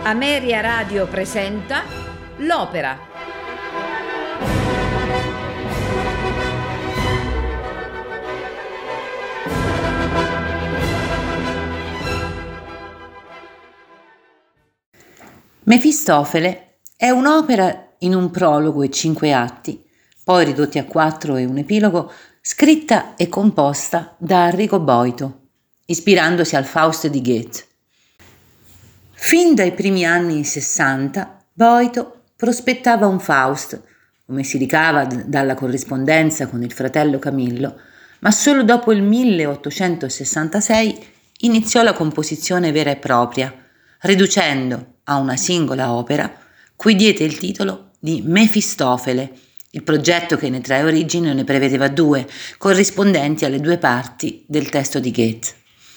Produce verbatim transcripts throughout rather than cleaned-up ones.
Ameria Radio presenta L'Opera. Mefistofele è un'opera in un prologo e cinque atti, poi ridotti a quattro e un epilogo, scritta e composta da Arrigo Boito, ispirandosi al Faust di Goethe. Fin dai primi anni sessanta, Boito prospettava un Faust, come si ricava d- dalla corrispondenza con il fratello Camillo, ma solo dopo il milleottocentosessantasei iniziò la composizione vera e propria, riducendo a una singola opera, cui diede il titolo di Mefistofele, il progetto che ne trae origine ne prevedeva due, corrispondenti alle due parti del testo di Goethe.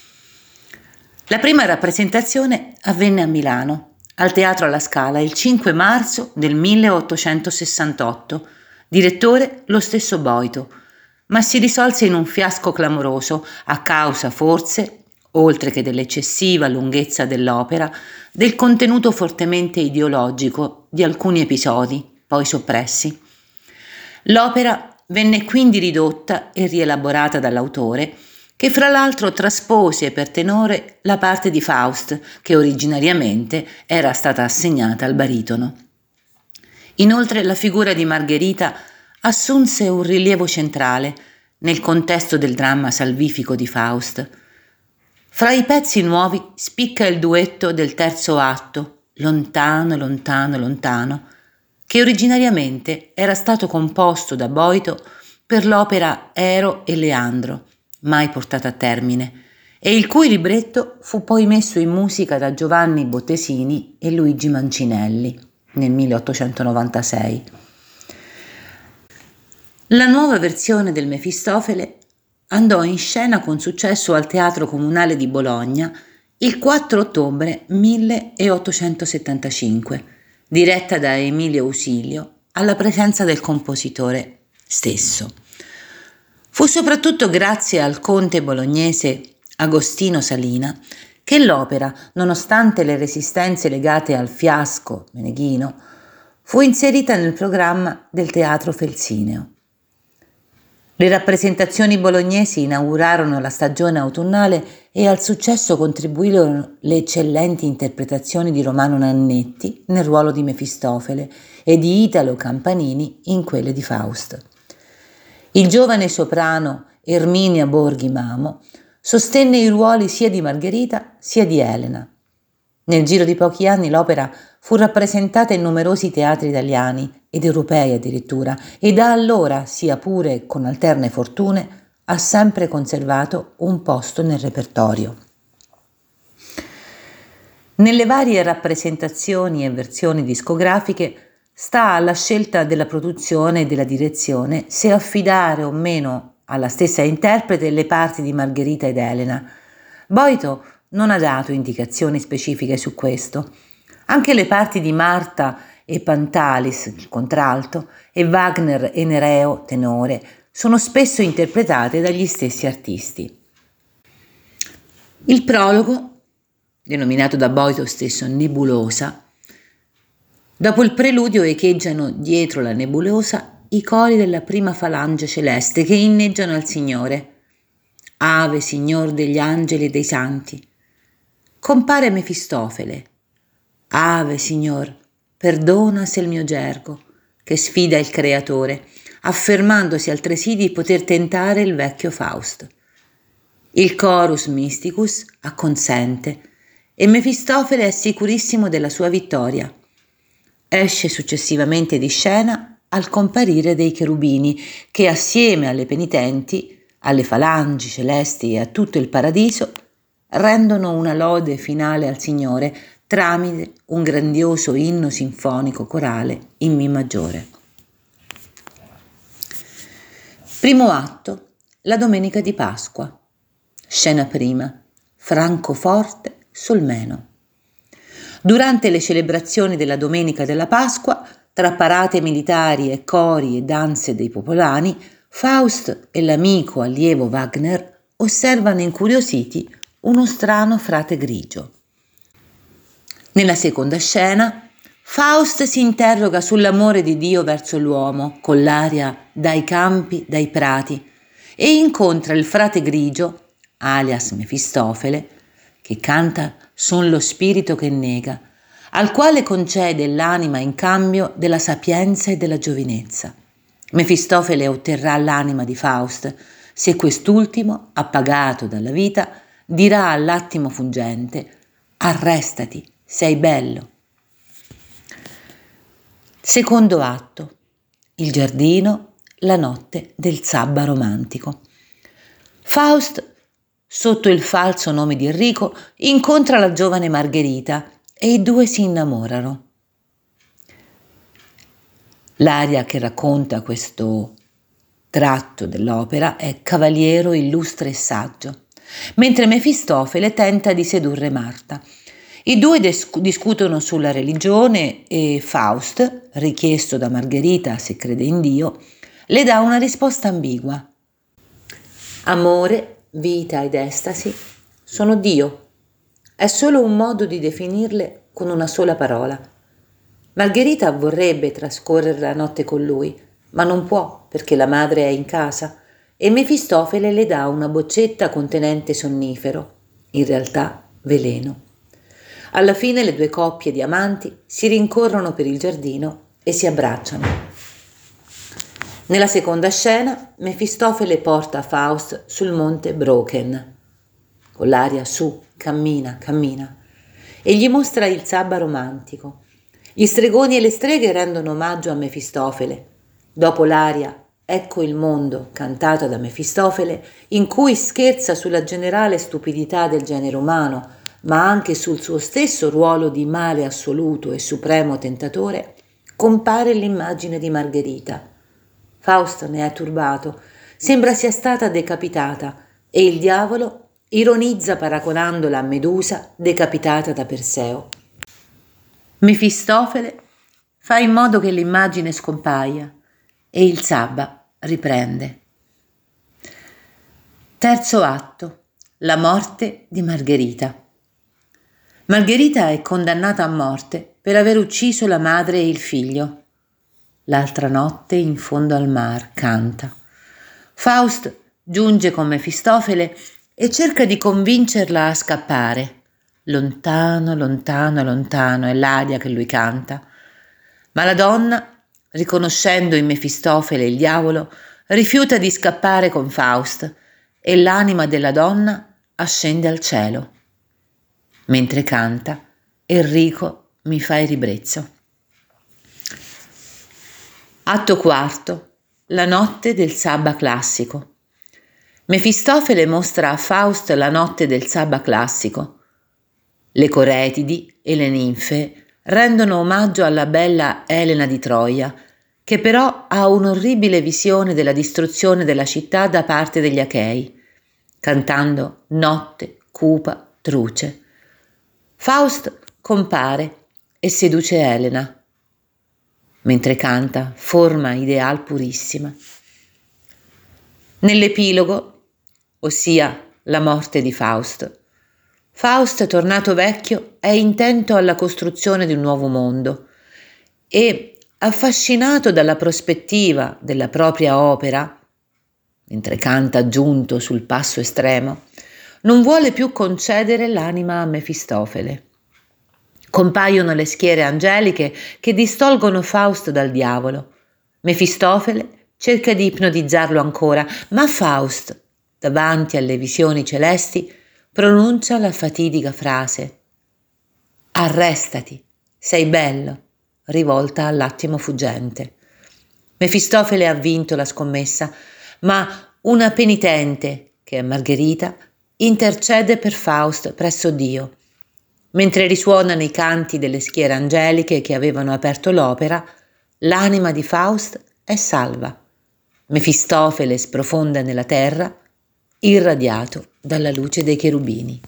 La prima rappresentazione avvenne a Milano, al Teatro alla Scala, il cinque marzo del milleottocentosessantotto, direttore lo stesso Boito, ma si risolse in un fiasco clamoroso a causa forse, oltre che dell'eccessiva lunghezza dell'opera, del contenuto fortemente ideologico di alcuni episodi, poi soppressi. L'opera venne quindi ridotta e rielaborata dall'autore, che fra l'altro traspose per tenore la parte di Faust, che originariamente era stata assegnata al baritono. Inoltre la figura di Margherita assunse un rilievo centrale nel contesto del dramma salvifico di Faust. Fra i pezzi nuovi spicca il duetto del terzo atto, Lontano, lontano, lontano, che originariamente era stato composto da Boito per l'opera Ero e Leandro, mai portata a termine, e il cui libretto fu poi messo in musica da Giovanni Bottesini e Luigi Mancinelli nel milleottocentonovantasei. La nuova versione del Mefistofele andò in scena con successo al Teatro Comunale di Bologna il quattro ottobre milleottocentosettantacinque, diretta da Emilio Ausilio, alla presenza del compositore stesso. Fu soprattutto grazie al conte bolognese Agostino Salina che l'opera, nonostante le resistenze legate al fiasco meneghino, fu inserita nel programma del Teatro Felsineo. Le rappresentazioni bolognesi inaugurarono la stagione autunnale e al successo contribuirono le eccellenti interpretazioni di Romano Nannetti nel ruolo di Mefistofele e di Italo Campanini in quelle di Faust. Il giovane soprano Erminia Borghi Mamo sostenne i ruoli sia di Margherita sia di Elena. Nel giro di pochi anni l'opera fu rappresentata in numerosi teatri italiani ed europei addirittura, e da allora, sia pure con alterne fortune, ha sempre conservato un posto nel repertorio. Nelle varie rappresentazioni e versioni discografiche sta alla scelta della produzione e della direzione se affidare o meno alla stessa interprete le parti di Margherita ed Elena. Boito non ha dato indicazioni specifiche su questo. Anche le parti di Marta e Pantalis, il contralto, e Wagner e Nereo, tenore, sono spesso interpretate dagli stessi artisti. Il prologo, denominato da Boito stesso Nebulosa, dopo il preludio echeggiano dietro la nebulosa i cori della prima falange celeste che inneggiano al Signore. Ave, Signor degli angeli e dei santi. Compare Mefistofele. Ave, Signor, perdona se il mio gergo, che sfida il Creatore, affermandosi altresì di poter tentare il vecchio Faust. Il chorus mysticus acconsente e Mefistofele è sicurissimo della sua vittoria. Esce successivamente di scena al comparire dei cherubini che, assieme alle penitenti, alle falangi celesti e a tutto il paradiso, rendono una lode finale al Signore tramite un grandioso inno sinfonico corale in Mi maggiore. Primo atto, la domenica di Pasqua. Scena prima, Francoforte sul Meno. Durante le celebrazioni della Domenica della Pasqua, tra parate militari e cori e danze dei popolani, Faust e l'amico allievo Wagner osservano incuriositi uno strano frate grigio. Nella seconda scena, Faust si interroga sull'amore di Dio verso l'uomo, con l'aria dai campi, dai prati, e incontra il frate grigio, alias Mefistofele, che canta Son lo spirito che nega, al quale concede l'anima in cambio della sapienza e della giovinezza. Mefistofele otterrà l'anima di Faust, se quest'ultimo, appagato dalla vita, dirà all'attimo fuggente: arrestati, sei bello. Secondo atto. Il giardino, la notte del sabba romantico. Faust, sotto il falso nome di Enrico, incontra la giovane Margherita e i due si innamorano. L'aria che racconta questo tratto dell'opera è cavaliero, illustre e saggio, mentre Mefistofele tenta di sedurre Marta. I due des- discutono sulla religione e Faust, richiesto da Margherita se crede in Dio, le dà una risposta ambigua. Amore, vita ed estasi sono Dio. È solo un modo di definirle con una sola parola. Margherita vorrebbe trascorrere la notte con lui, ma non può perché la madre è in casa e Mefistofele le dà una boccetta contenente sonnifero, in realtà veleno. Alla fine le due coppie di amanti si rincorrono per il giardino e si abbracciano. Nella seconda scena, Mefistofele porta Faust sul monte Brocken, con l'aria su, cammina, cammina, e gli mostra il sabba romantico. Gli stregoni e le streghe rendono omaggio a Mefistofele. Dopo l'aria Ecco il mondo, cantata da Mefistofele, in cui scherza sulla generale stupidità del genere umano, ma anche sul suo stesso ruolo di male assoluto e supremo tentatore, compare l'immagine di Margherita. Faust ne è turbato, sembra sia stata decapitata e il diavolo ironizza paragonandola a Medusa decapitata da Perseo. Mefistofele fa in modo che l'immagine scompaia e il sabba riprende. Terzo atto. La morte di Margherita. Margherita è condannata a morte per aver ucciso la madre e il figlio. L'altra notte in fondo al mar canta. Faust giunge con Mefistofele e cerca di convincerla a scappare. Lontano, lontano, lontano è l'aria che lui canta. Ma la donna, riconoscendo in Mefistofele il diavolo, rifiuta di scappare con Faust e l'anima della donna ascende al cielo. Mentre canta, Enrico mi fa il ribrezzo. Atto quarto. La notte del sabba classico. Mefistofele mostra a Faust la notte del sabba classico. Le coretidi e le ninfe rendono omaggio alla bella Elena di Troia, che però ha un'orribile visione della distruzione della città da parte degli Achei, cantando Notte cupa truce. Faust compare e seduce Elena. Mentre canta, forma ideal purissima. Nell'epilogo, ossia la morte di Faust, Faust, tornato vecchio, è intento alla costruzione di un nuovo mondo e, affascinato dalla prospettiva della propria opera, mentre canta giunto sul passo estremo, non vuole più concedere l'anima a Mefistofele. Compaiono le schiere angeliche che distolgono Faust dal diavolo. Mefistofele cerca di ipnotizzarlo ancora, ma Faust, davanti alle visioni celesti, pronuncia la fatidica frase «Arrestati, sei bello», rivolta all'attimo fuggente. Mefistofele ha vinto la scommessa, ma una penitente, che è Margherita, intercede per Faust presso Dio. Mentre risuonano i canti delle schiere angeliche che avevano aperto l'opera, l'anima di Faust è salva. Mefistofele sprofonda nella terra, irradiato dalla luce dei cherubini.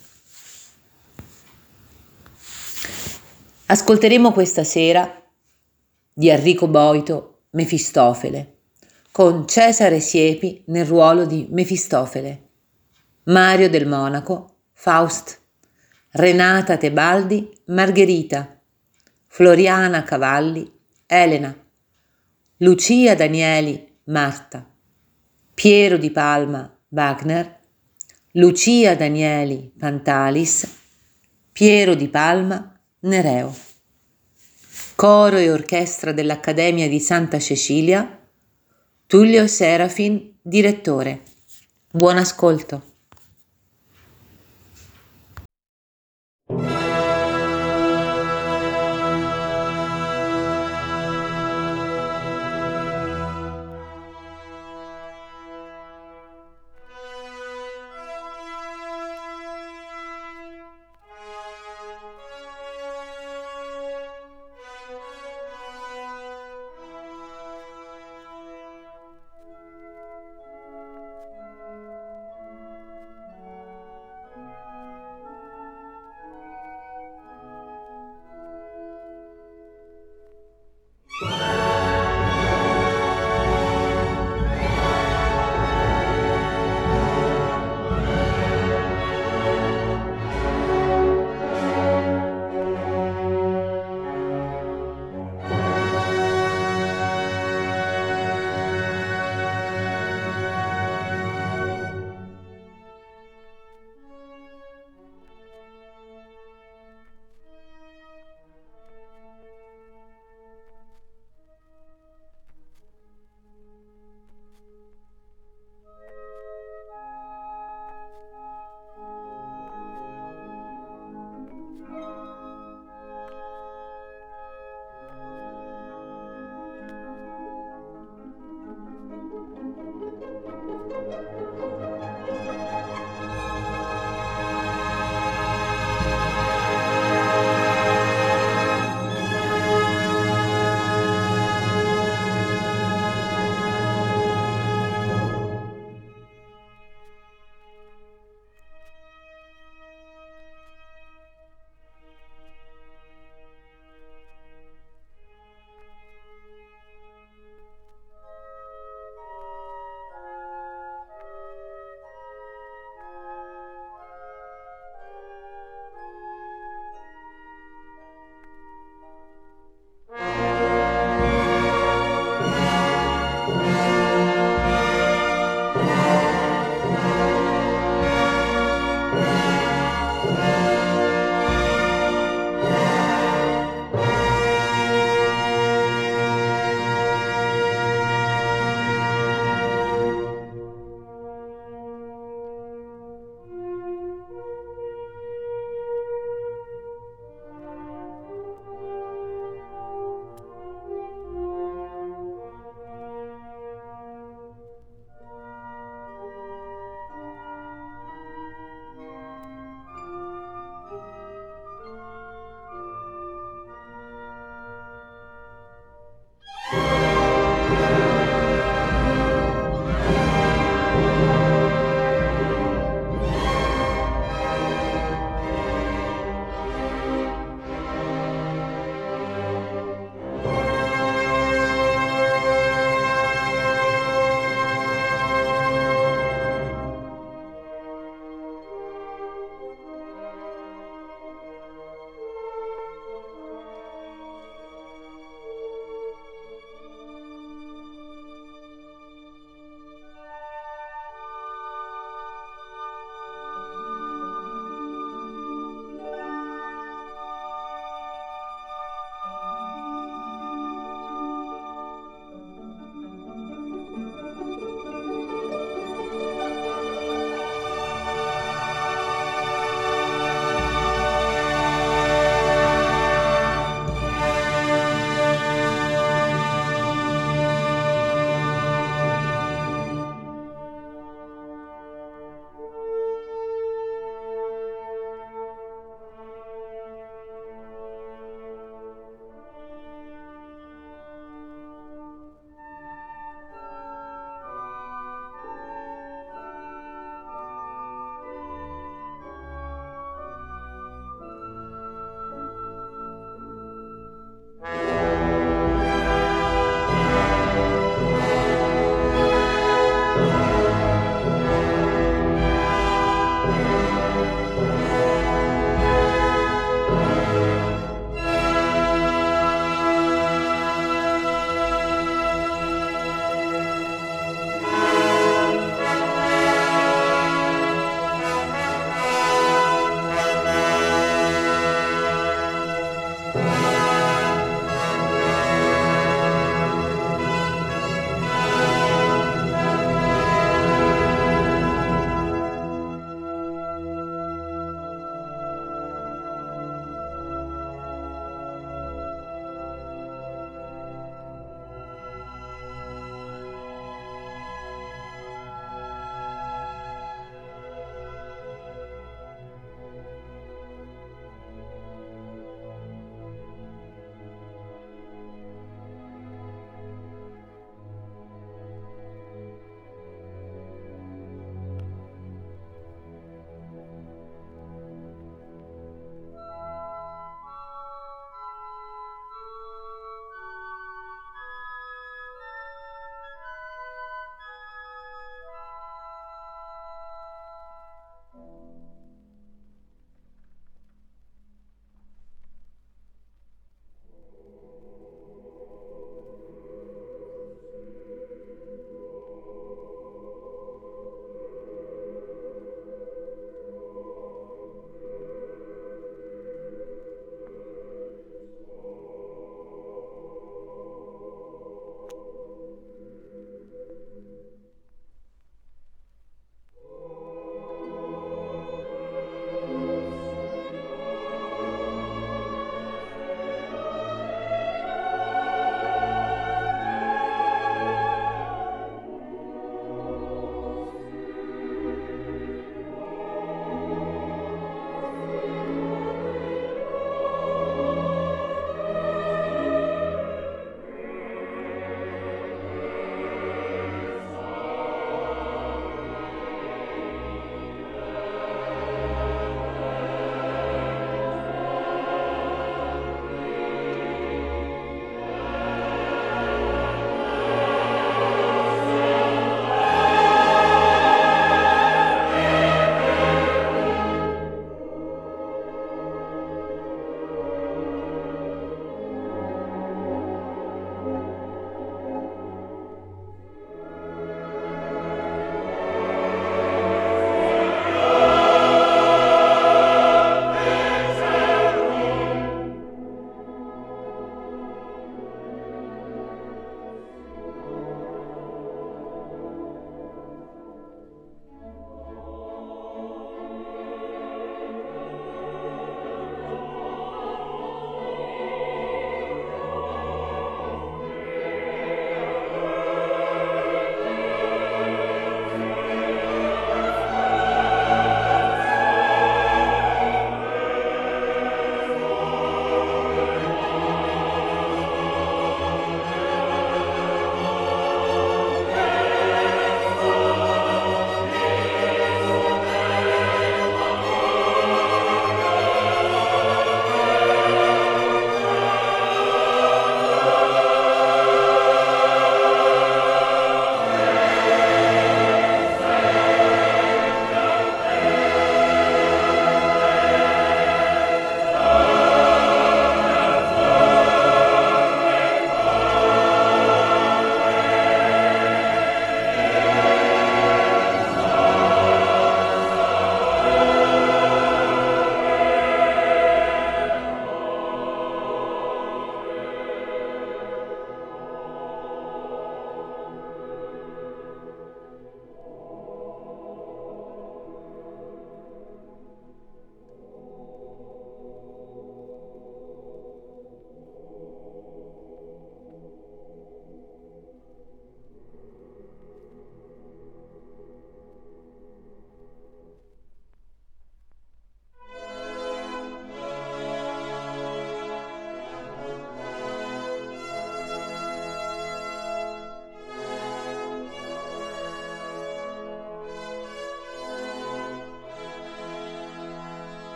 Ascolteremo questa sera di Enrico Boito Mefistofele, con Cesare Siepi nel ruolo di Mefistofele, Mario del Monaco Faust, Renata Tebaldi, Margherita, Floriana Cavalli, Elena, Lucia Danieli, Marta, Piero Di Palma, Wagner, Lucia Danieli, Pantalis, Piero Di Palma, Nereo. Coro e orchestra dell'Accademia di Santa Cecilia, Tullio Serafin, direttore. Buon ascolto.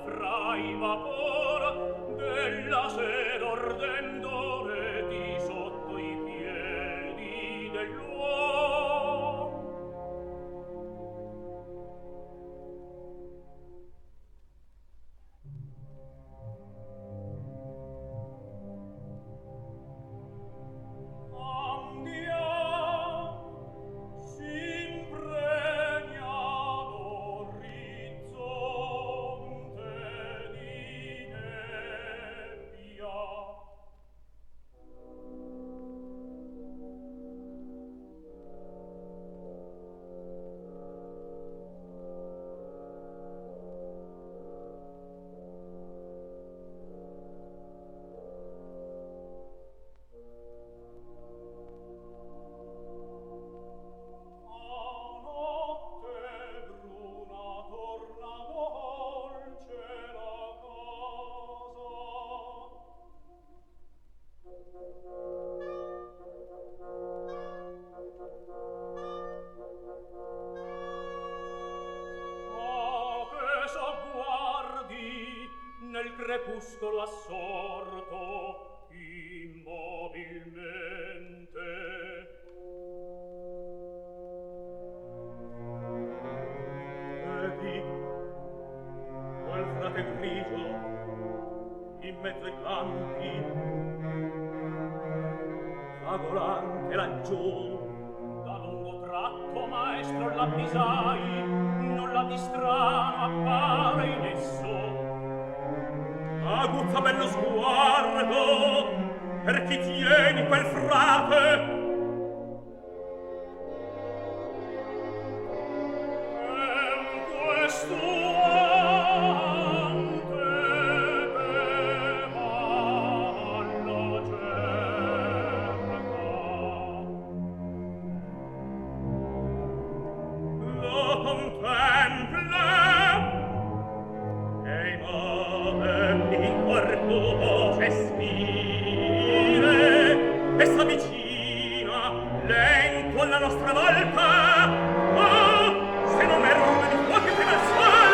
fra i vapor della sed ordendo reti sotto i piedi dell'uomo. Crepuscolo assorto immobilmente. Vedi quel frate grigio in mezzo ai campi, vagolante laggiù. Da lungo tratto, maestro, l'avvisai, non la di strano appare in esso. Aguzza bello sguardo, per chi tieni quel frate? Ehm, quest'uante che vallo cerca. Lo contempla e i in corpo voce spire e s'avvicina lento alla nostra volta. Oh, se non erro di fuochi prima il sol.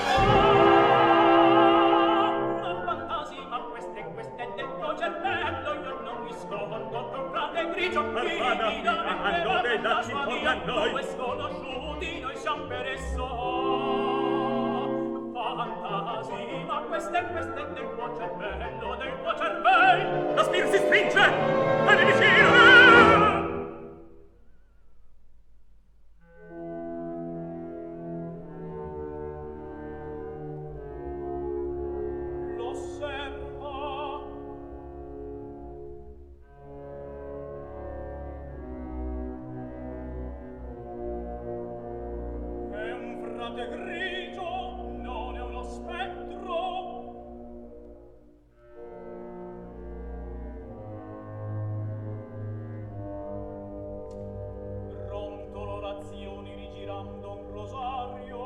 Oh, non fantasima queste queste del tuo cervello, io non mi scordo con frate grigio. Malvada figlia della città a noi, due sconosciuti noi siamo per esso. Fantasima, queste queste del tuo cervello, del tuo cervello. La spir si stringe, e mi vicino. L'osserva. È un frate grigio, non è uno spettro. Rontolo orazioni rigirando un rosario.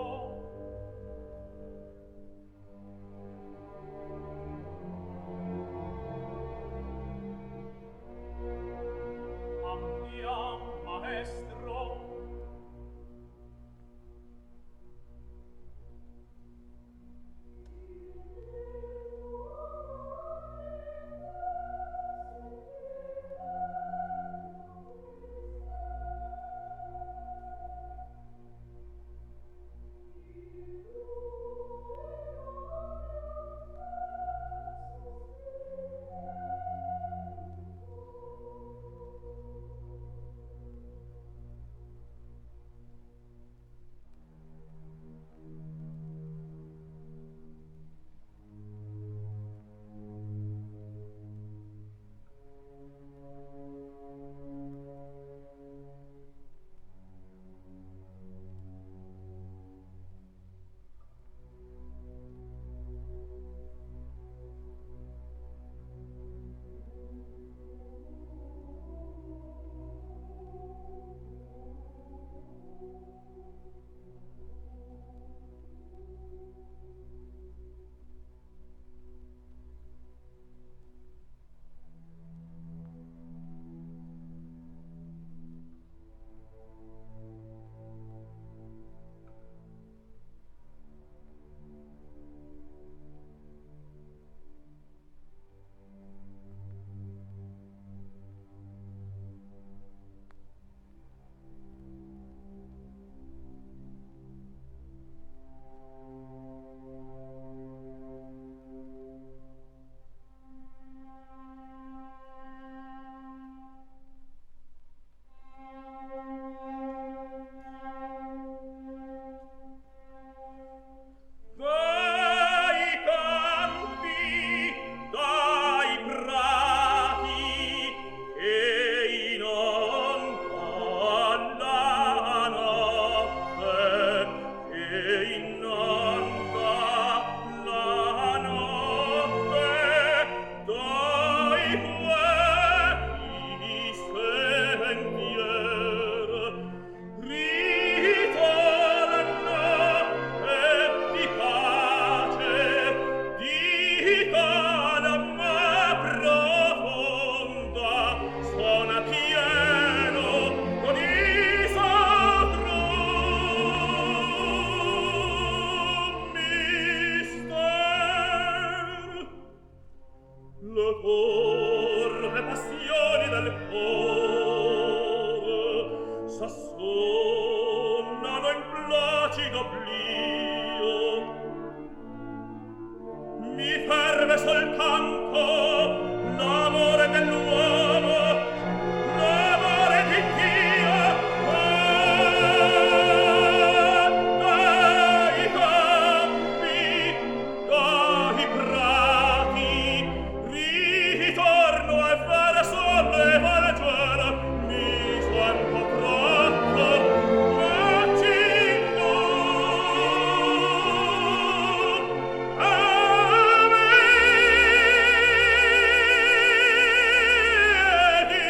Andiamo, maestro. mi ferve soltanto l'amore dell'uomo, l'amore di Dio. Dai campi, dai prati, ritorno a fare sollevare giara, mi sento tratto, facendo a me di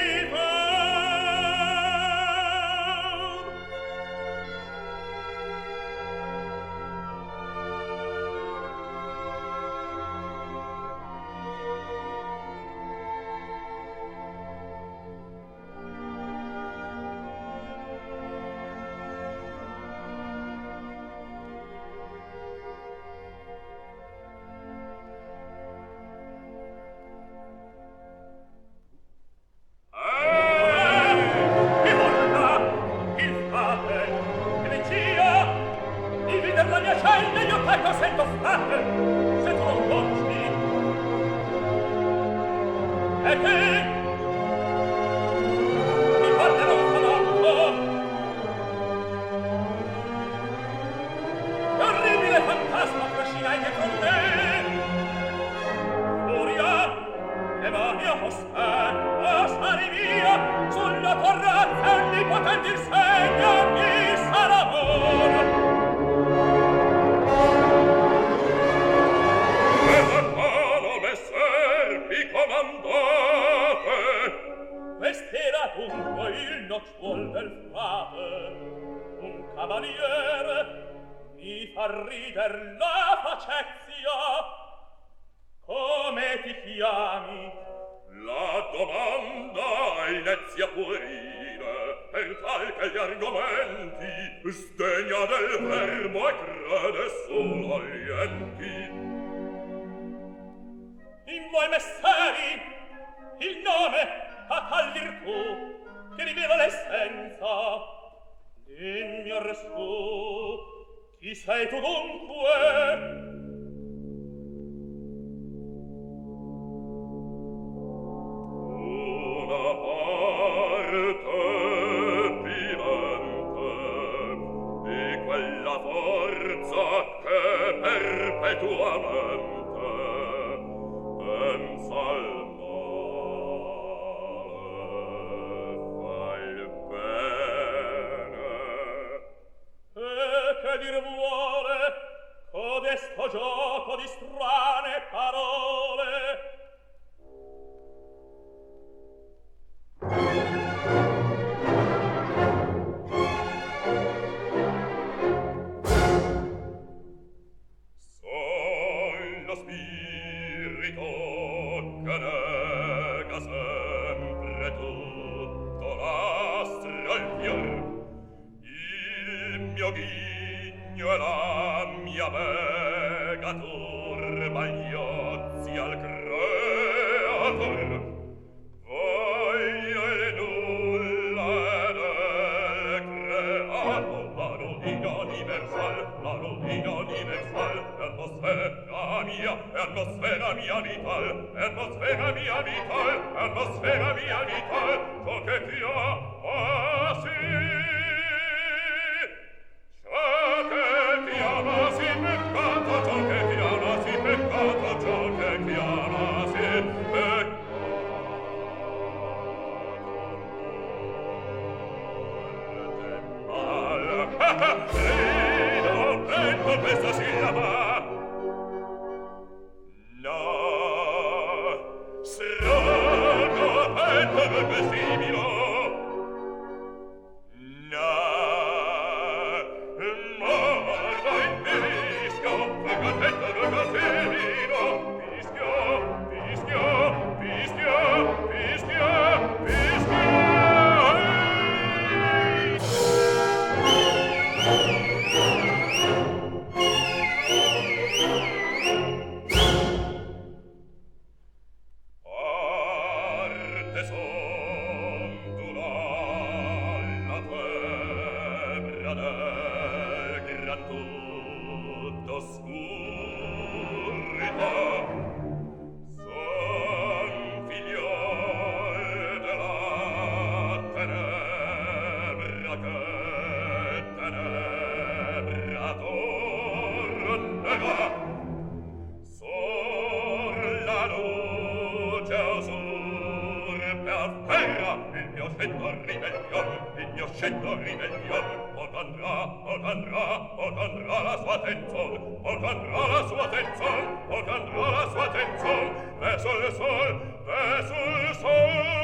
scendo ribellion, il mio scendo ribellion, od andrà, od andrà, od andrà la sua tenzon, od andrà la sua tenzon, od andrà la sua tenzon, verso il sol, verso il sol,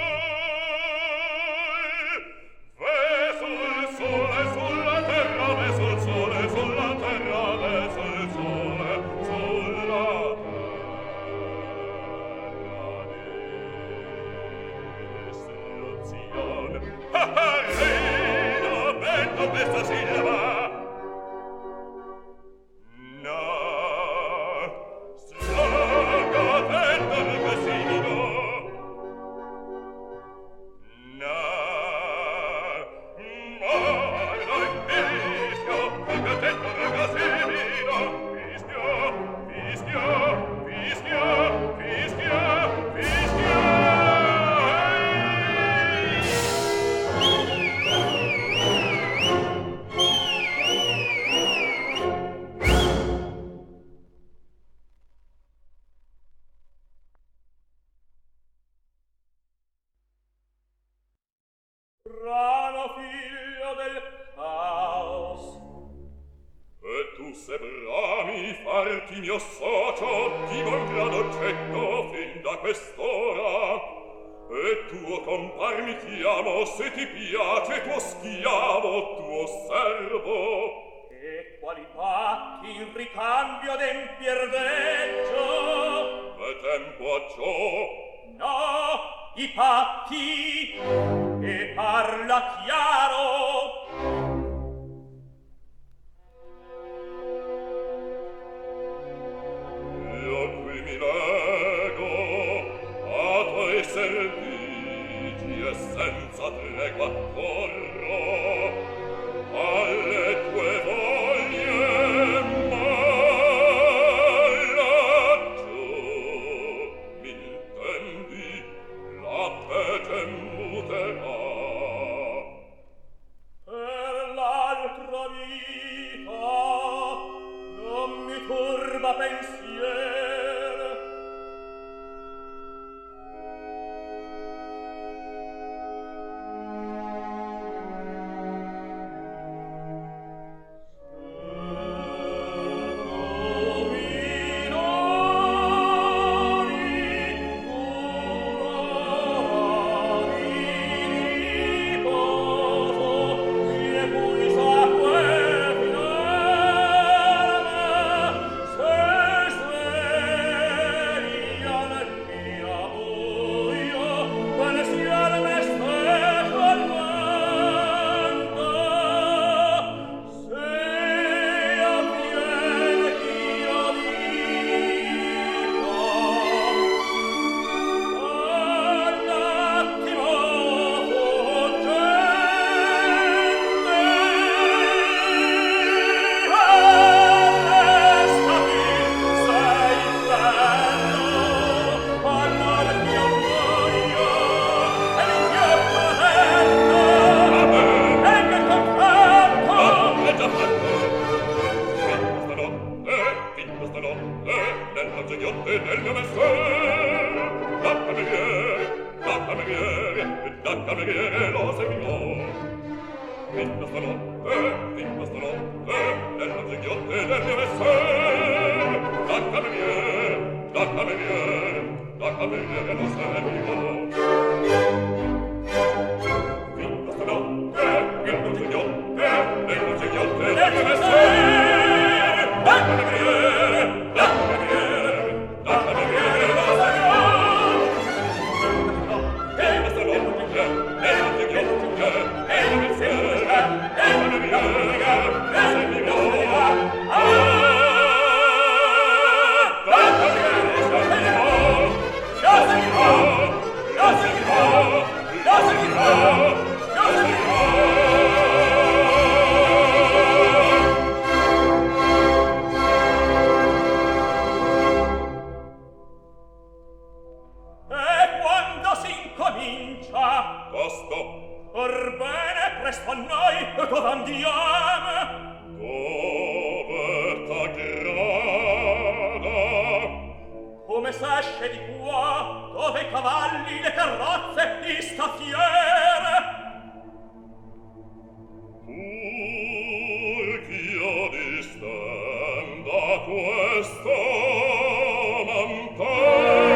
verso il sole, sulla terra, verso il sole, sulla terra, verso il sole, sulla Reina, vento questa sillaba. No, slaga vento il casino. No, magna il fischio, che dentro il casino. Fischio, fischio, fischio, fischio, fischio. Strano figlio del caos, e tu se brami farti mio socio di buon grado oggetto fin da quest'ora, e tuo compar mi chiamo, se ti piace tuo schiavo, tuo servo. e quali patti in ricambio d'empier deggio? E tempo a ciò, No, i patti, e parla chiaro. io qui mi nego a tuoi servigi e senza tregua corro alle tue voglie, ma laggiù mi intendi la pece muterà. Per l'altra vita non mi turba pensier. Oh, s'esce di qua, dove i cavalli, le carrozze, gli staffiere. Fulchio distenda questo mantel.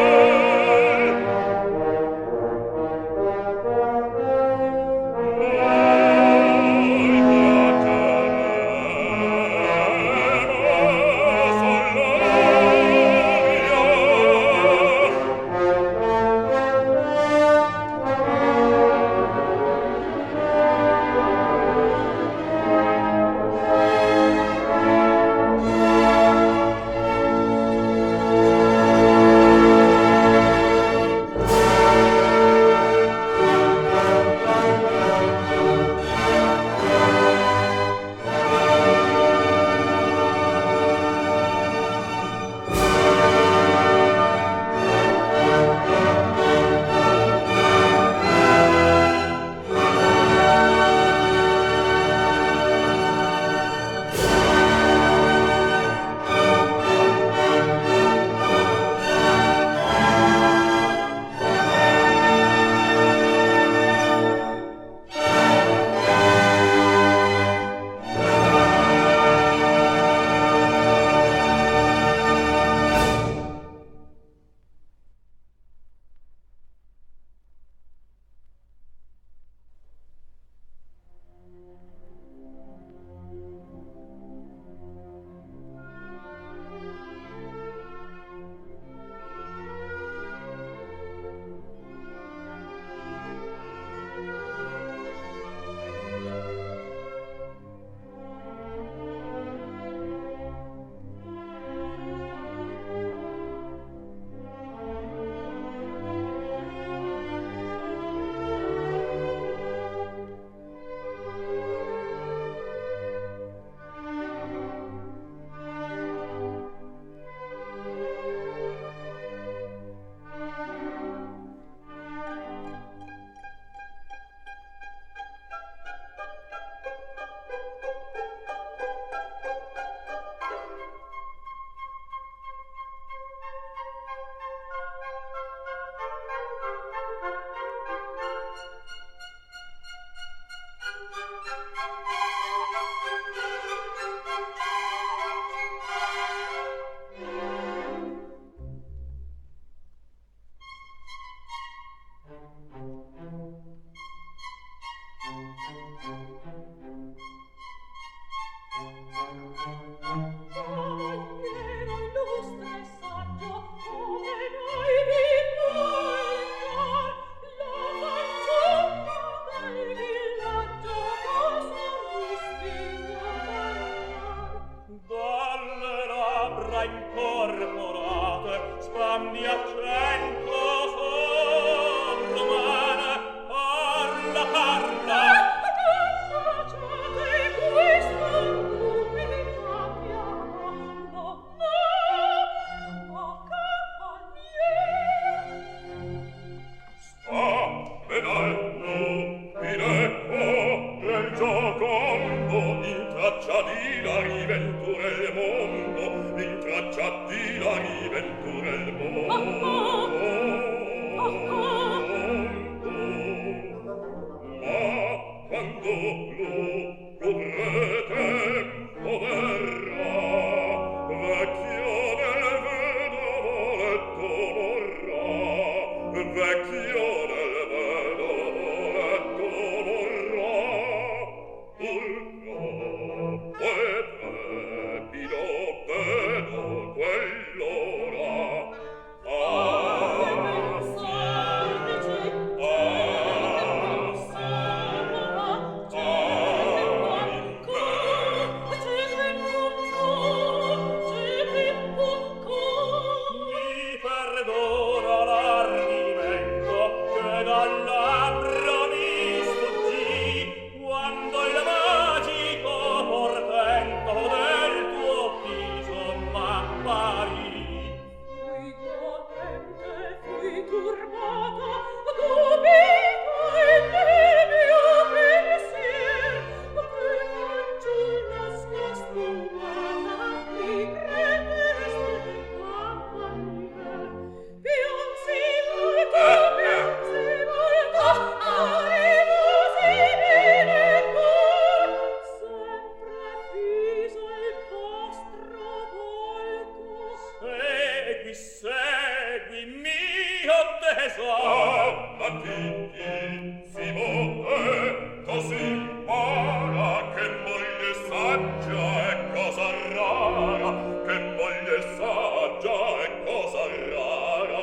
segui, segui, mio tesoro. Amatissimo, e così impara che moglie saggia è cosa rara, che moglie saggia è cosa rara.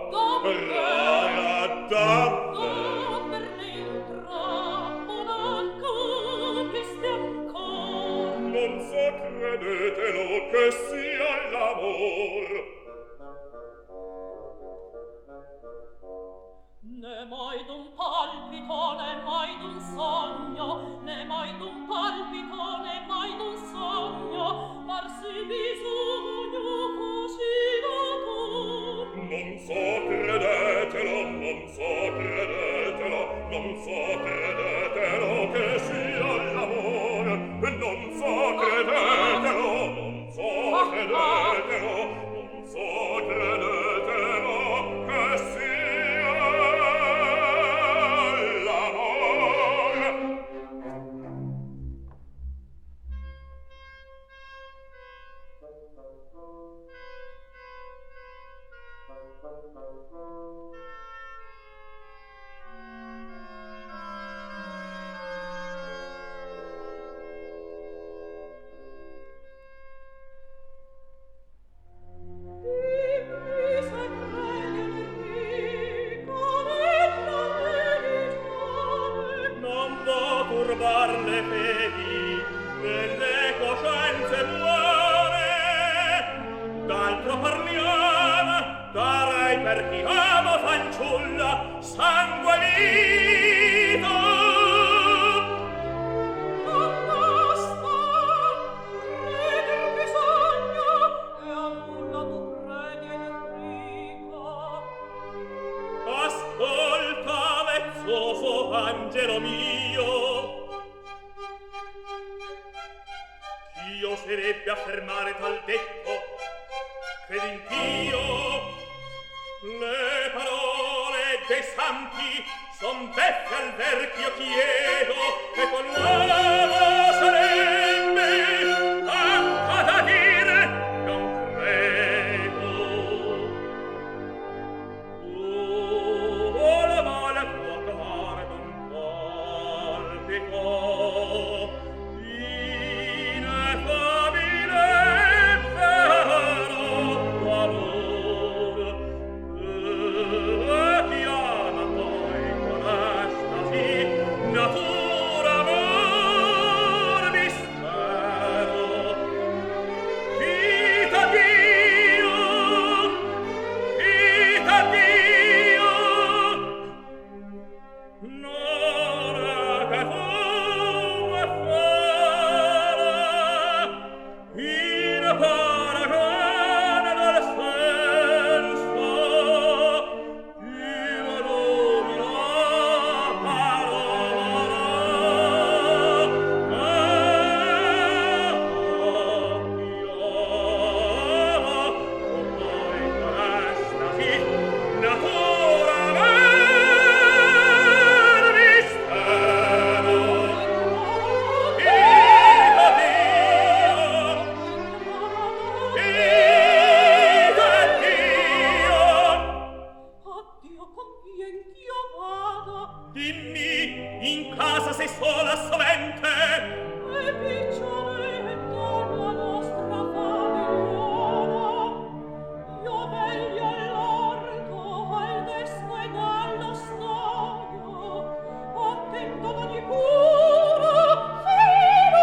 Rara davvero. Per me un troppo non capisti ancora. Non so, credetelo, che sia l'amor. Ne mai d'un palpito, ne mai d'un sogno, ne mai d'un palpito, ne mai d'un sogno, farsi bisogno così da tu. Non so, credetelo, non so, credetelo, non so, credetelo, che sia l'amor. Non so, credetelo, non so, credetelo, non so, credetelo, che sia l'amor. Non può turbar le fedi delle coscienze buone. D'altro parliamo, darei per chi ama fanciulla sangue vita. Non basta, credi il bisogno, e a nulla tu credi Enrico. Ascolta, vezzoso angelo mio, ch'io oserebbe affermare tal detto, credi anch'io. Le parole dei santi son beffe al verchio chiedo, e con uomo sarebbe tanto da dire, non credo. Oh, la male può trovare d'un palpito ineffabile vero tuo amor. E chi ama poi con estasi natura amor mistero. Vita Dio, vita Dio, non che fu e fara in paragone del senso io non la parola ormai con estasi natura amor mistero. Vita Dio, vita Dio, Addio, convien ch'io vada, dimmi, in casa sei sola sovente? e piccioletta la nostra famigliona. Io veglio all'orto, al desco ed allo staio, attento ad ogni cura, fino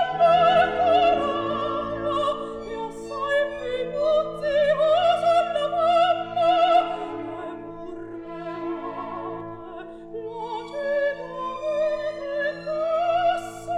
sull'interano, e assai minuziosa la mamma, e pur beate la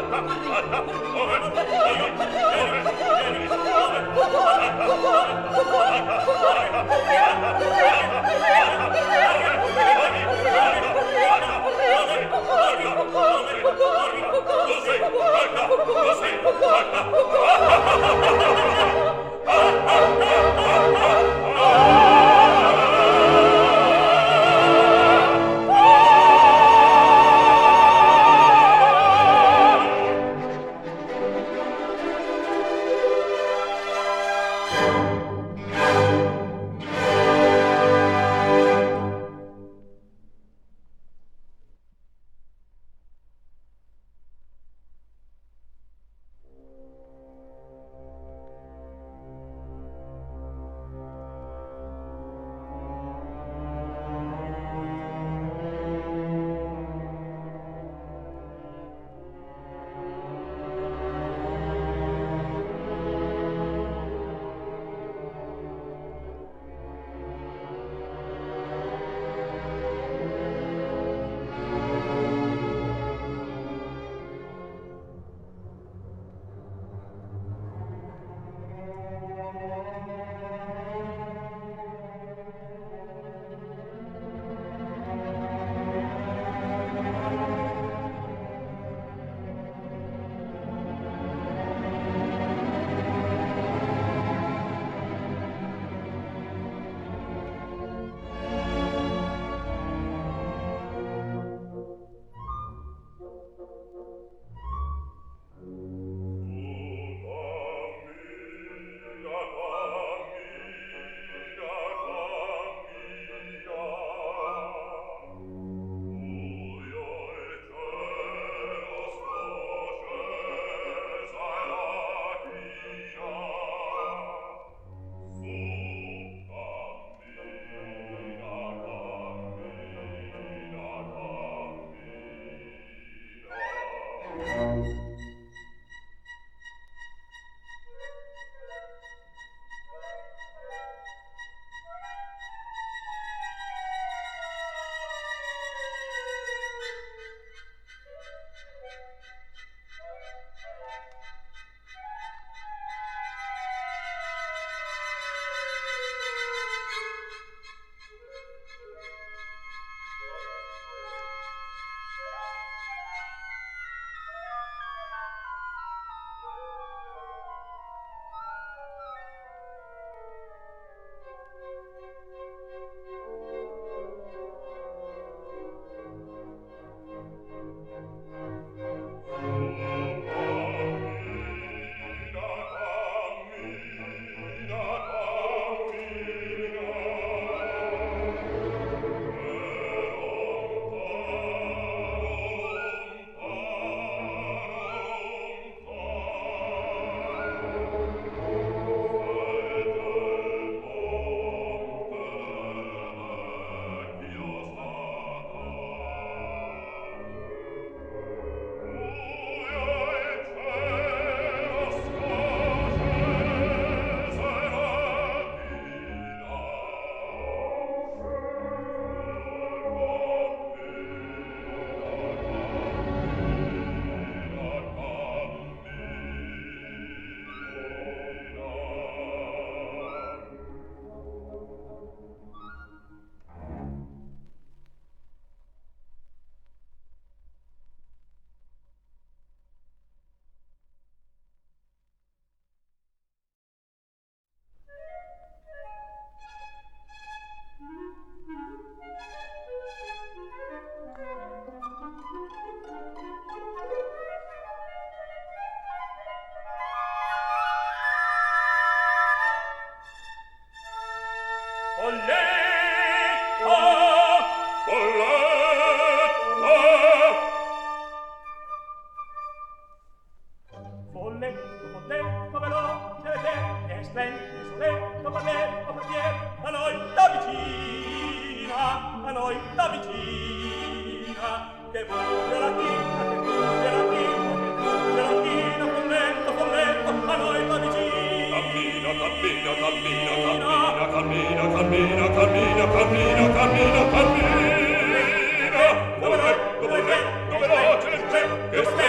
Che stempi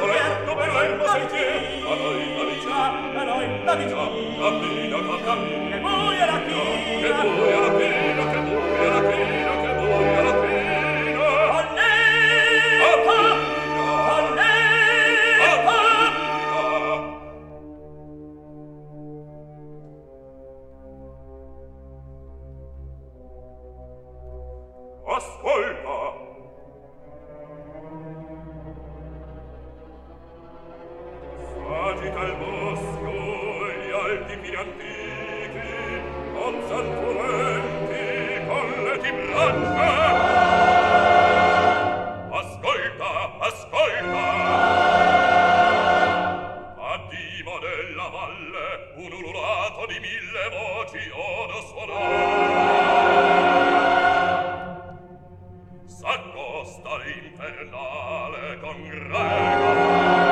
Solendo bello sentier, a noi la vicina, a noi la vicina, cammina, cammina, che buia la china, che buia la china, che buia la china, che buia la china. Annetta, annetta, ascolta. Agita il bosco e gli alti pini antichi, gonzan furenti con le timbracce. Ascolta, ascolta! A dimo della valle un ululato di mille voci odo suonare. S'accosta l'infernale congrega.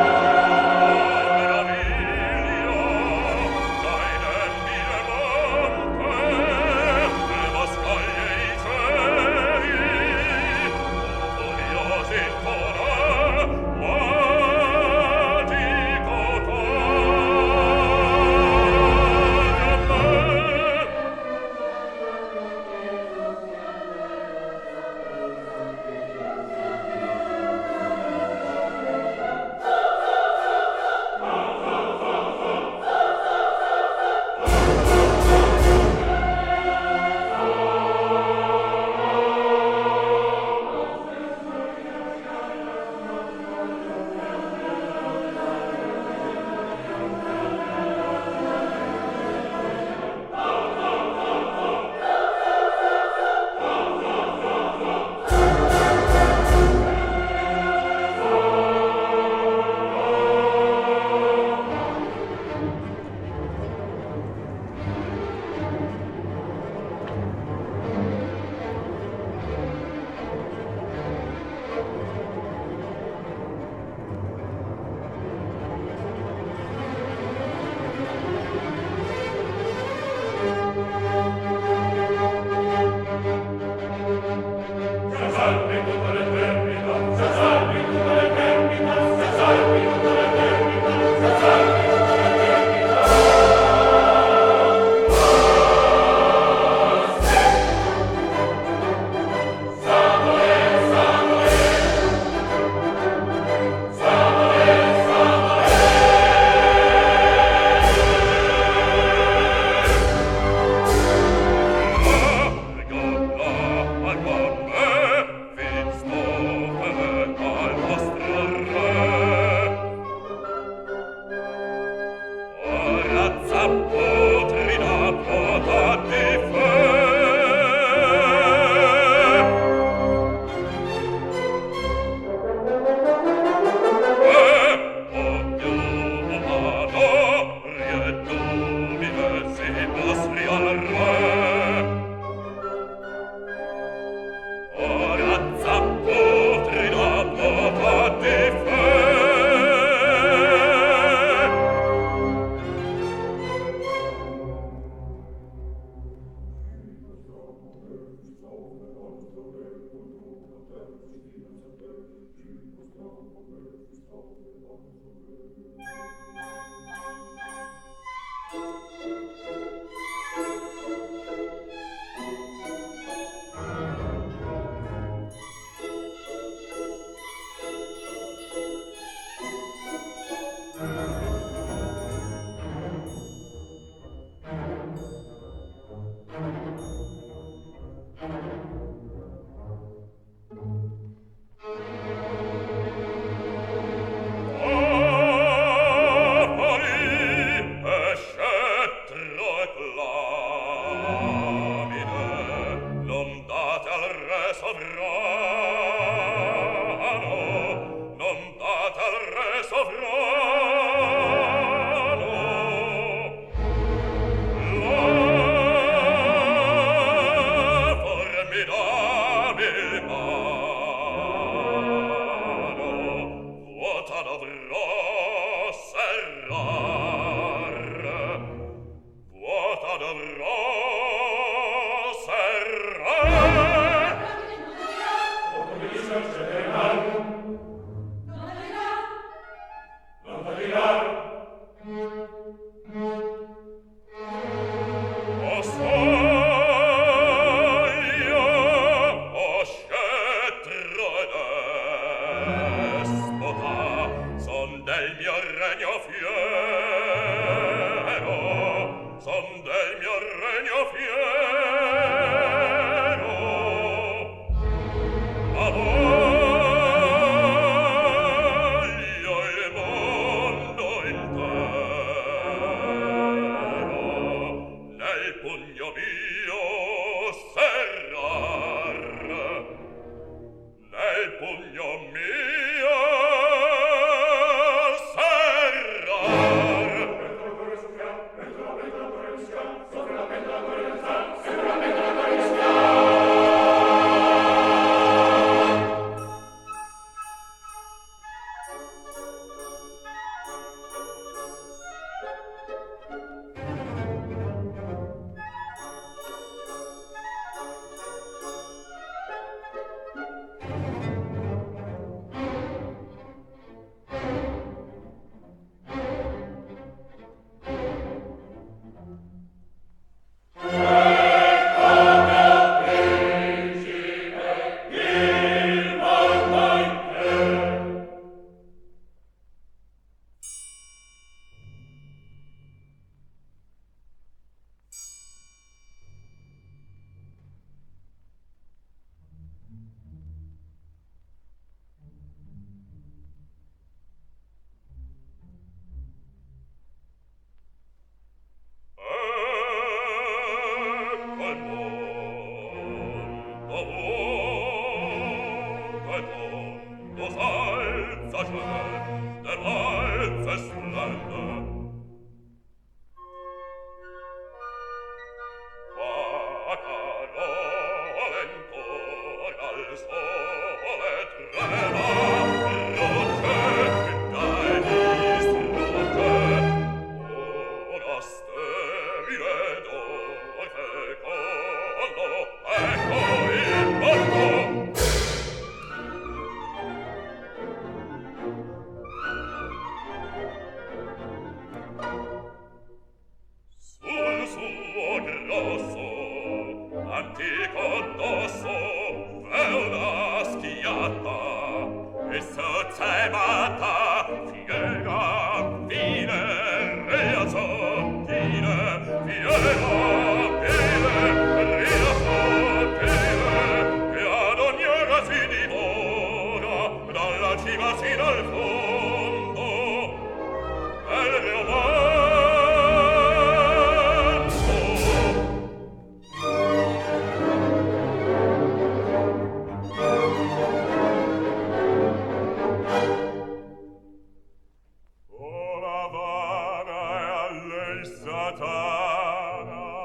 Satana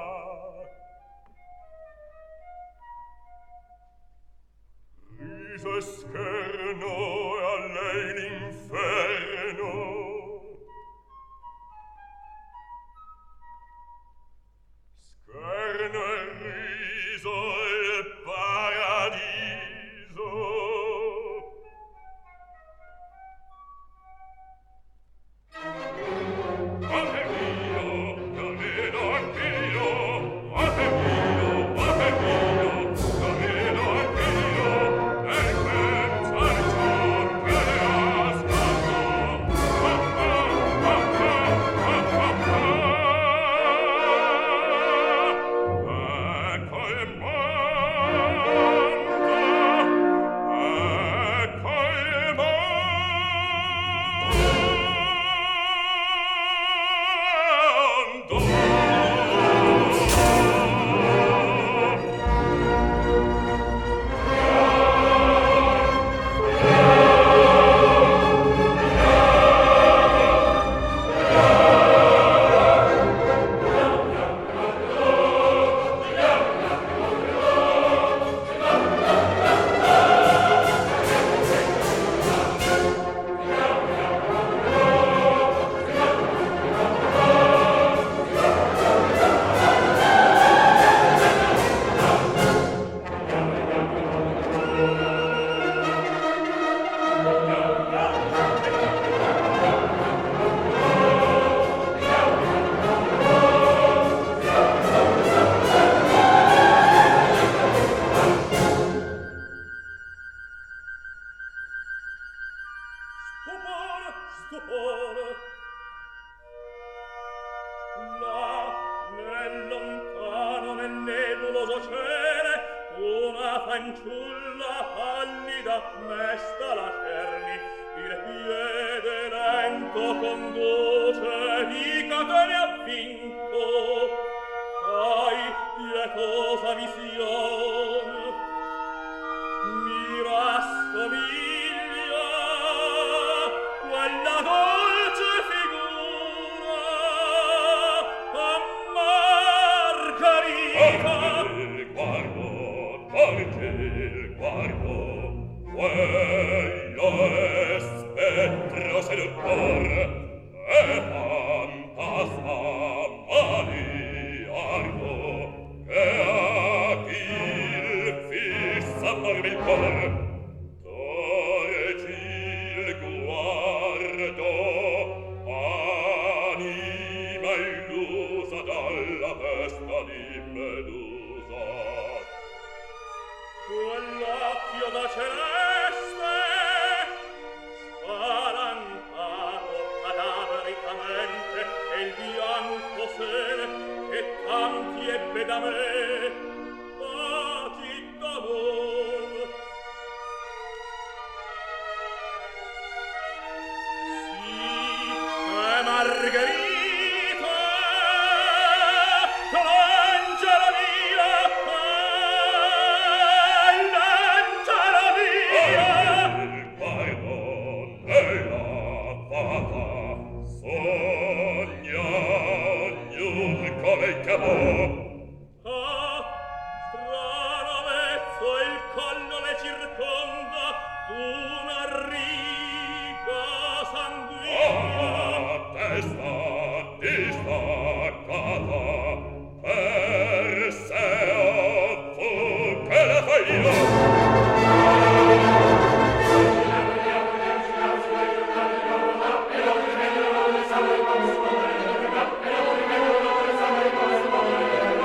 nebuloso cielo una fanciulla pallida mesta la cerni, il piede lento conduce di catene a vinto. Ai, pietosa visione, mi rassomiglia quella dolce figura a Margherita. Porge il guardo, porge il guardo, quello è spettro seduttor e fantasma maliardo che a chi il fissa morbe il cor. Torgi il guardo, anima illusa dalla testa di Medusa. Quell'occhio da celeste spalancato cadavericamente e il bianco sene che tanti ebbe da me dati d'amor. Sì, è Margherita, l'angelo mio, l'angelo mio. Il guardo nella fata sogna ognun come il chiamò. Ah, strano vezzo il collo le circonda d'una riga sanguigna. Ah, testa distaccata, Perseo fu che la fai io. Io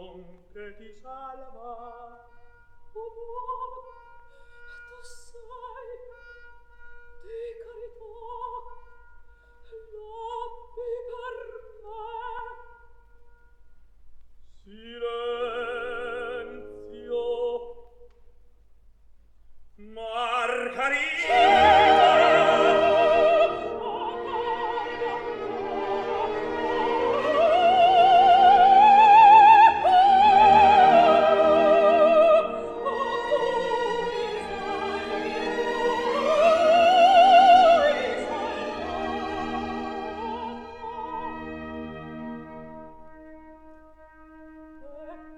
don che ti salva. O Duomo, tu sai di carità l'abbi per me. Silenzio. Margarita. Oh,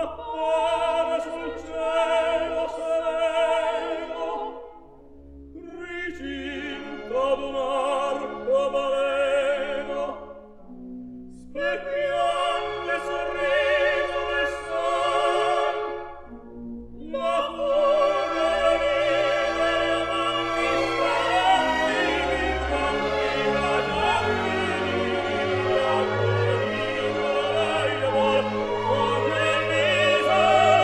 appare sul cielo sereno, ricinto d'un arcobaleno, specchiante sorriso del sol, la furia libera amanti stanti, tranquilla tranquilla, tranquilla, tranquilla,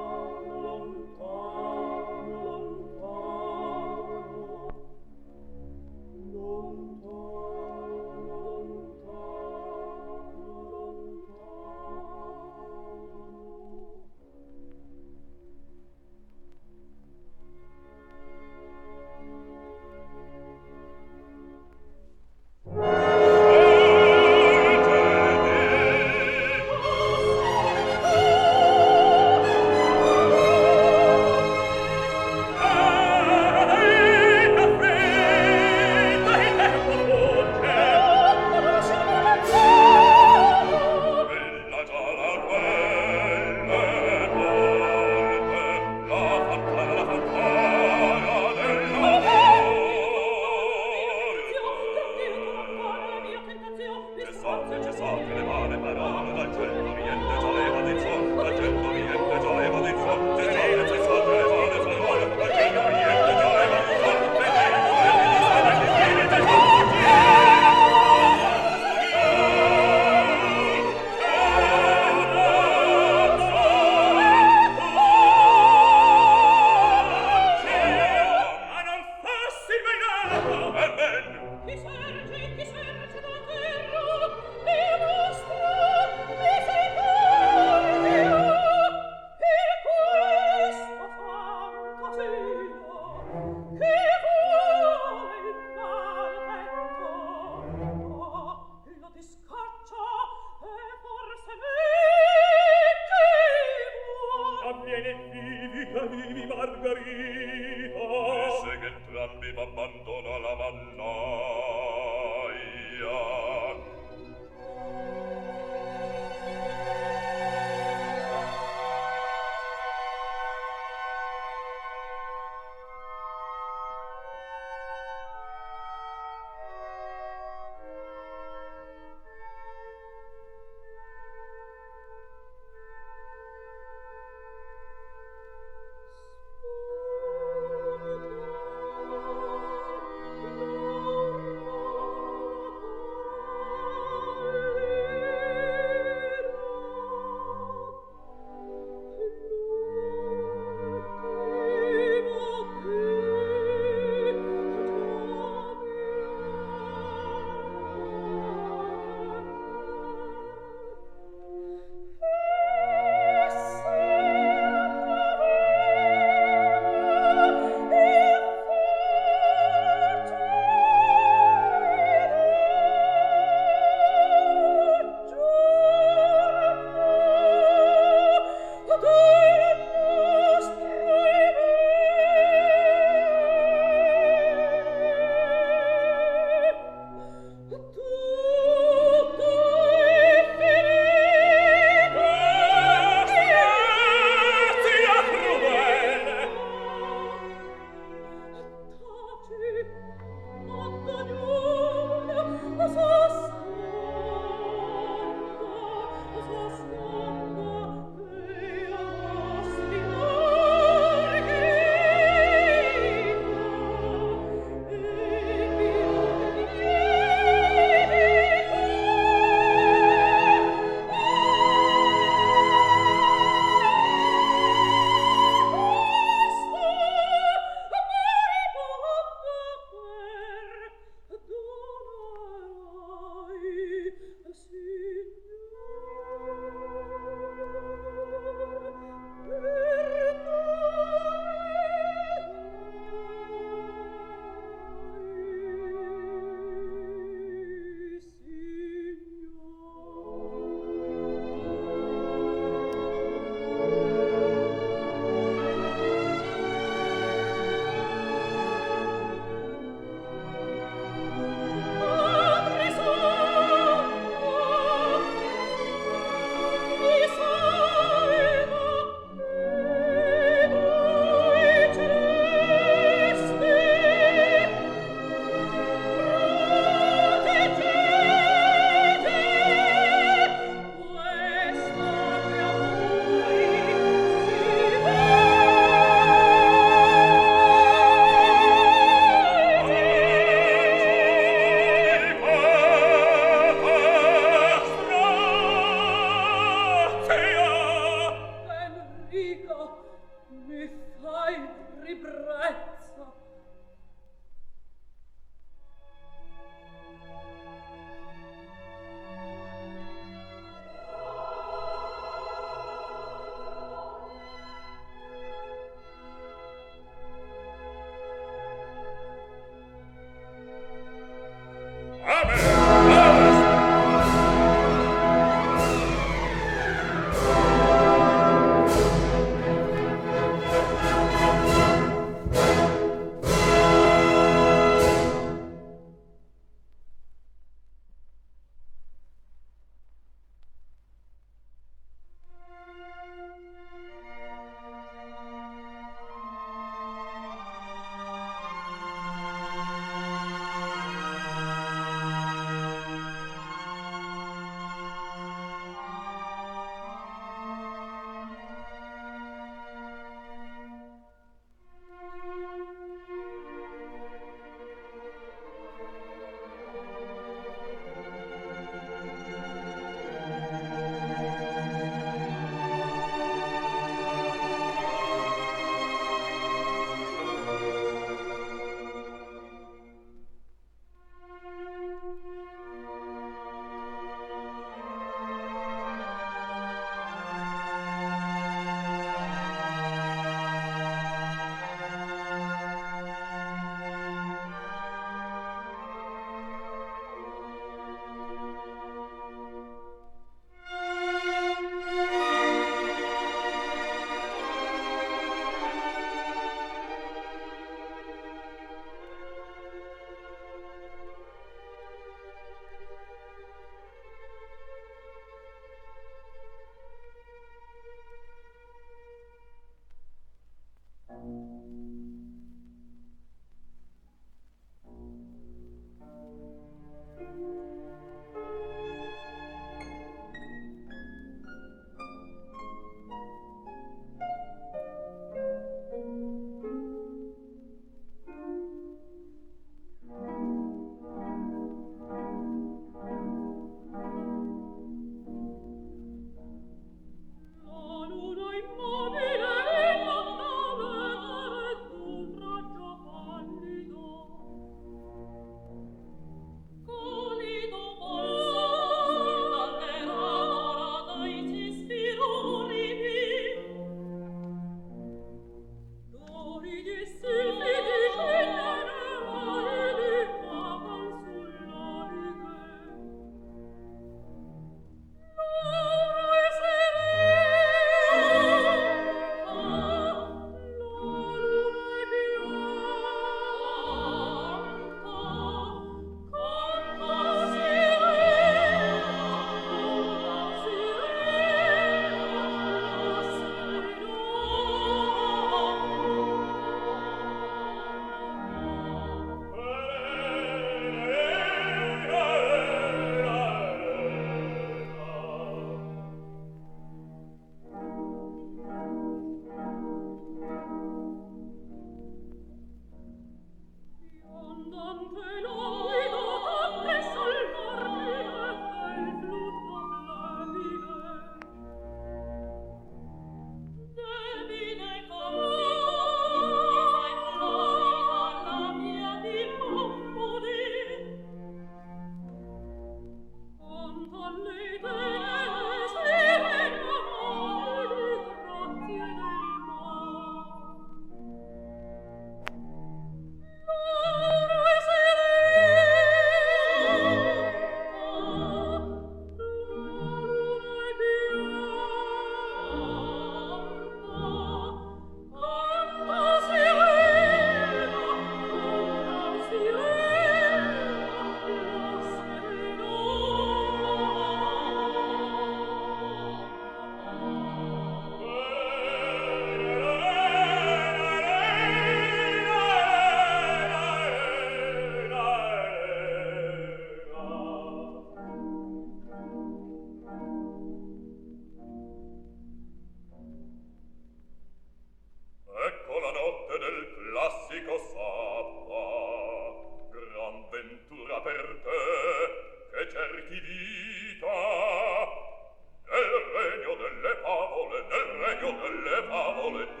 vita per te, che cerchi vita. Nel regno delle favole, nel regno delle favole tu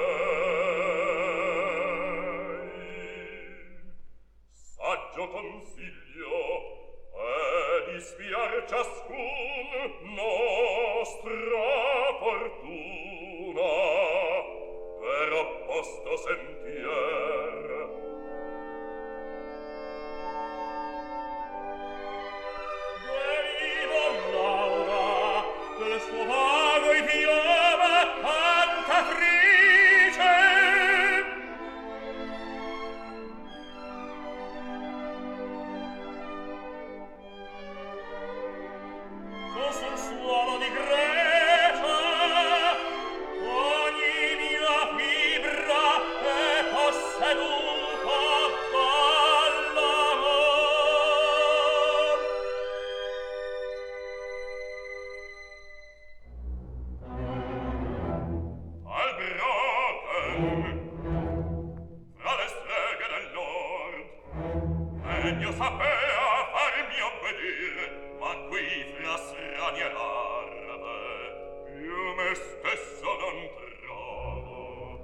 sei. Saggio consiglio è di spiar ciascun nostra fortuna per opposto sentier. Del suo vago idioma cantatrice, su sul suolo di Grecia ogni mia fibra è posseduta dall'amor. Fra le streghe del nord meglio sapea farmi obbedir, ma qui fra strani ed arme io me stesso non trovo.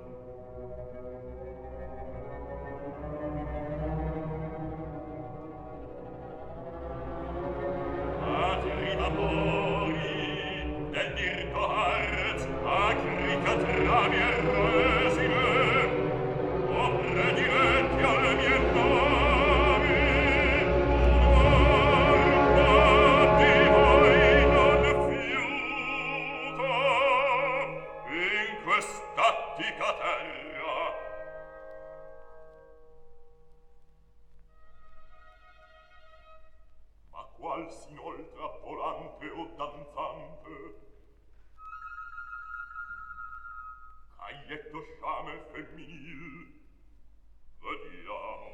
Atri vapori del dirto arz acrica travi e resine o prediletti alle mie navi, un'arma di voi non fiuta in quest'attica terra. Ma qual s'inoltra volante o danzante, caglietto sciame femminil, vediamo.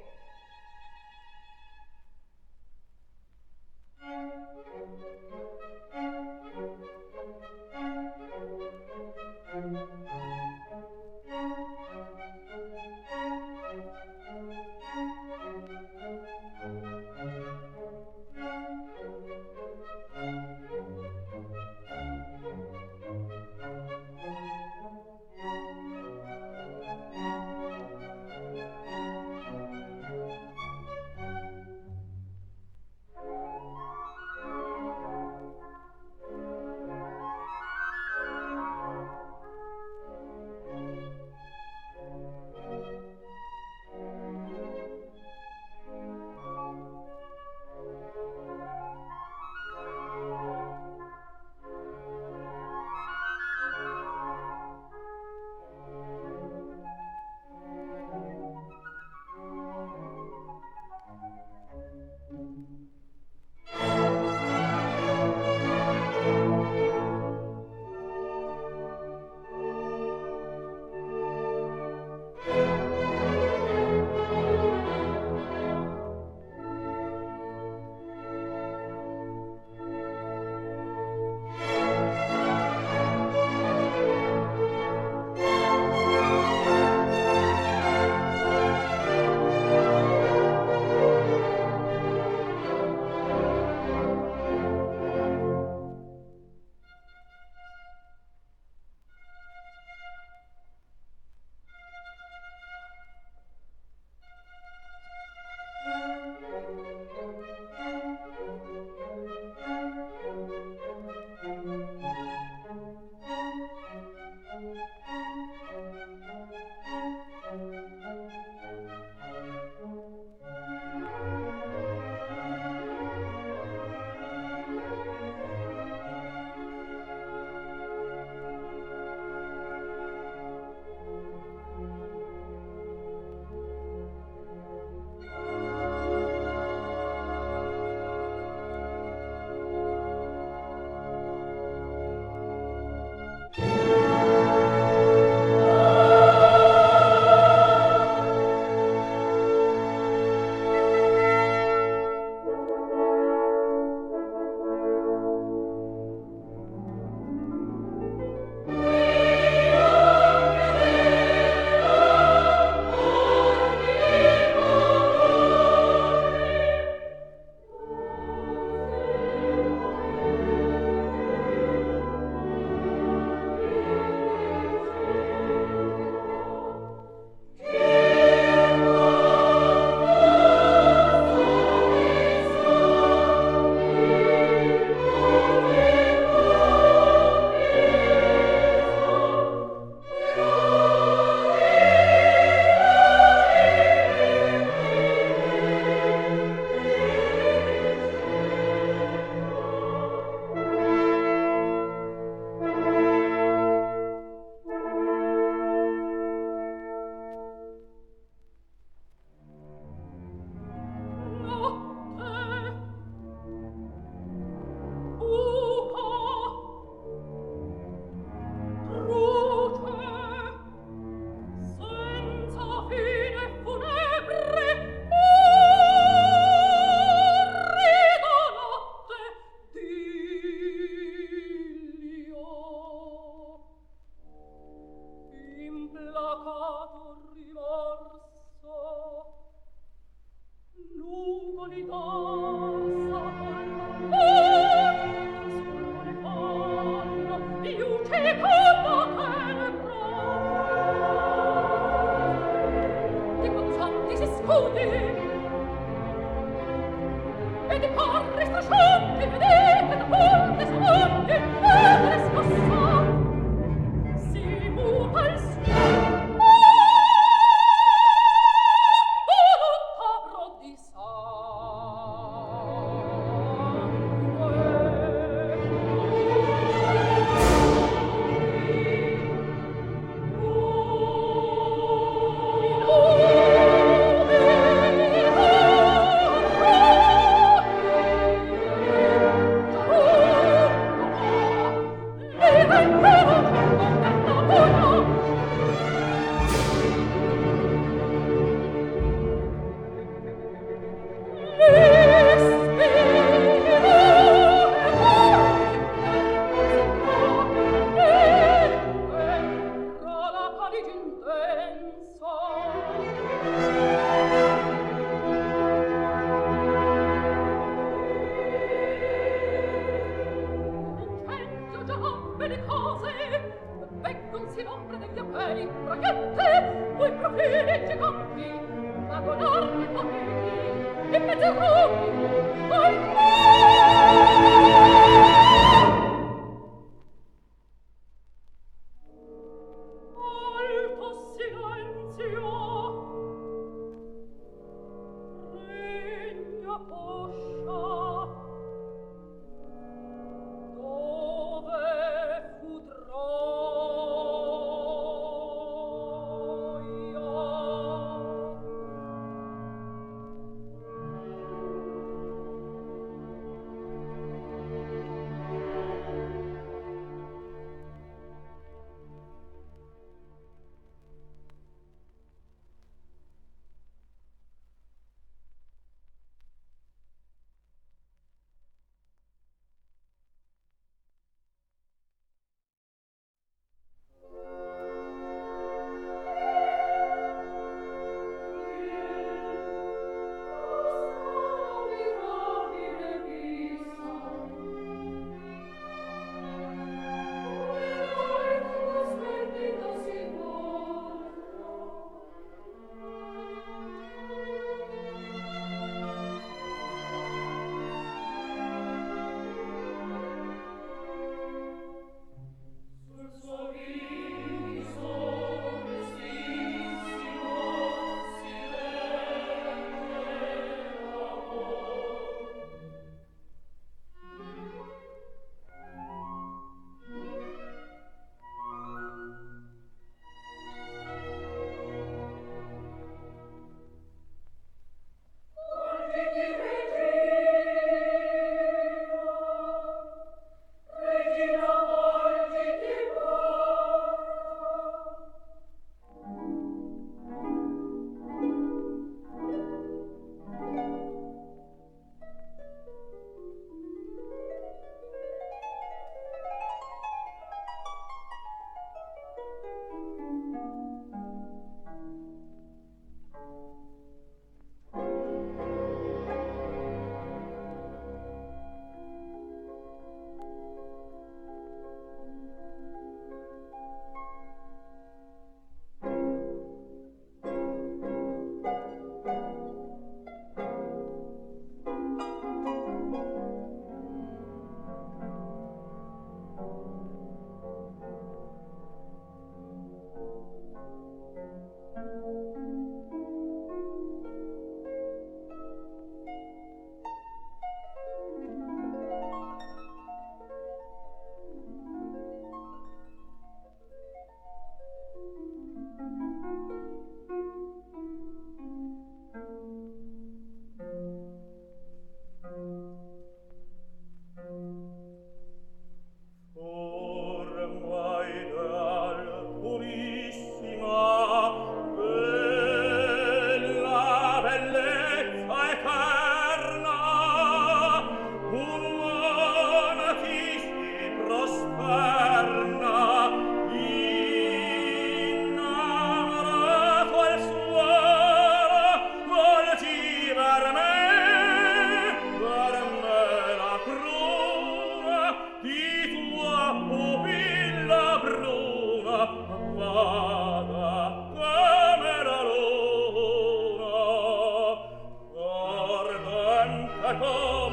come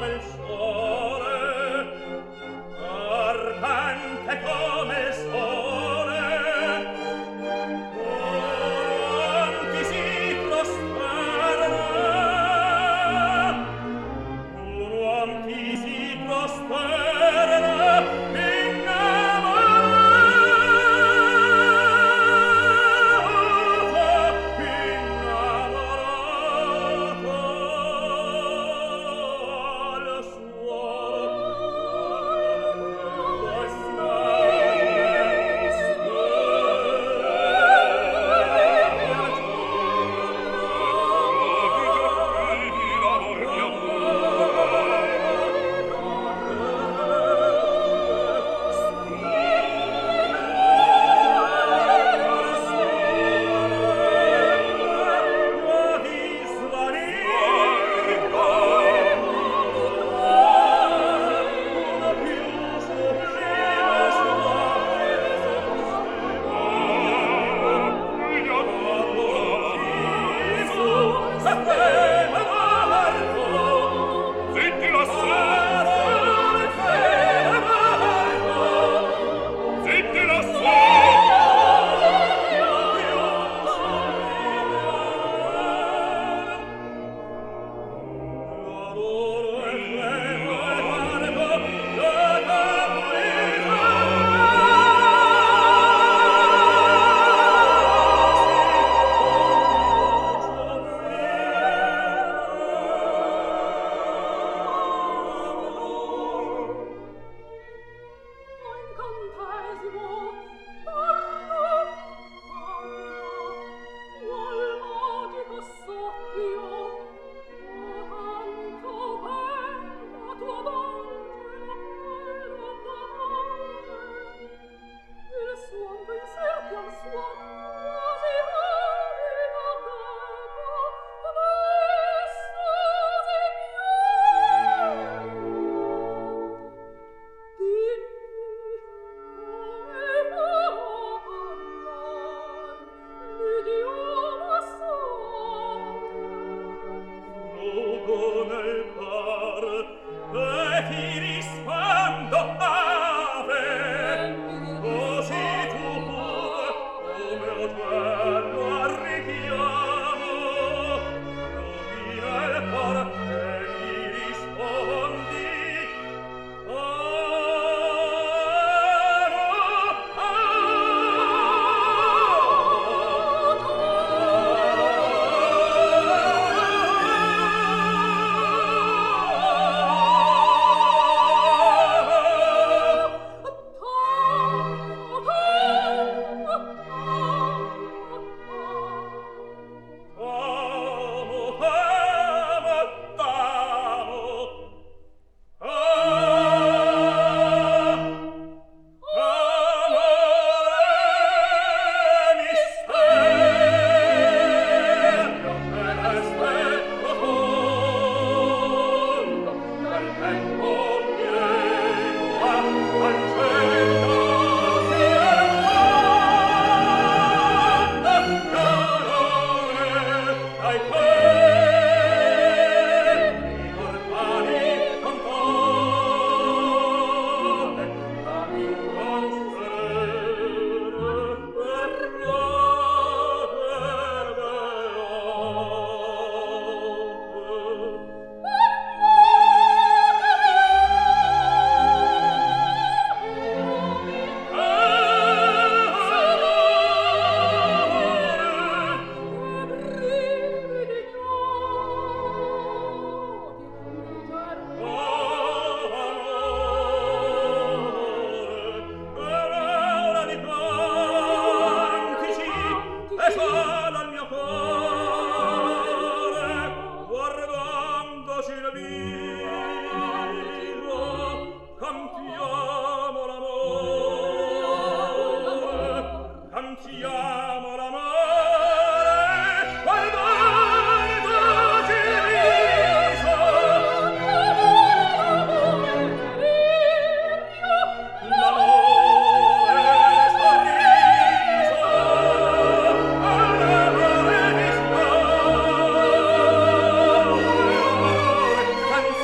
Cantiamo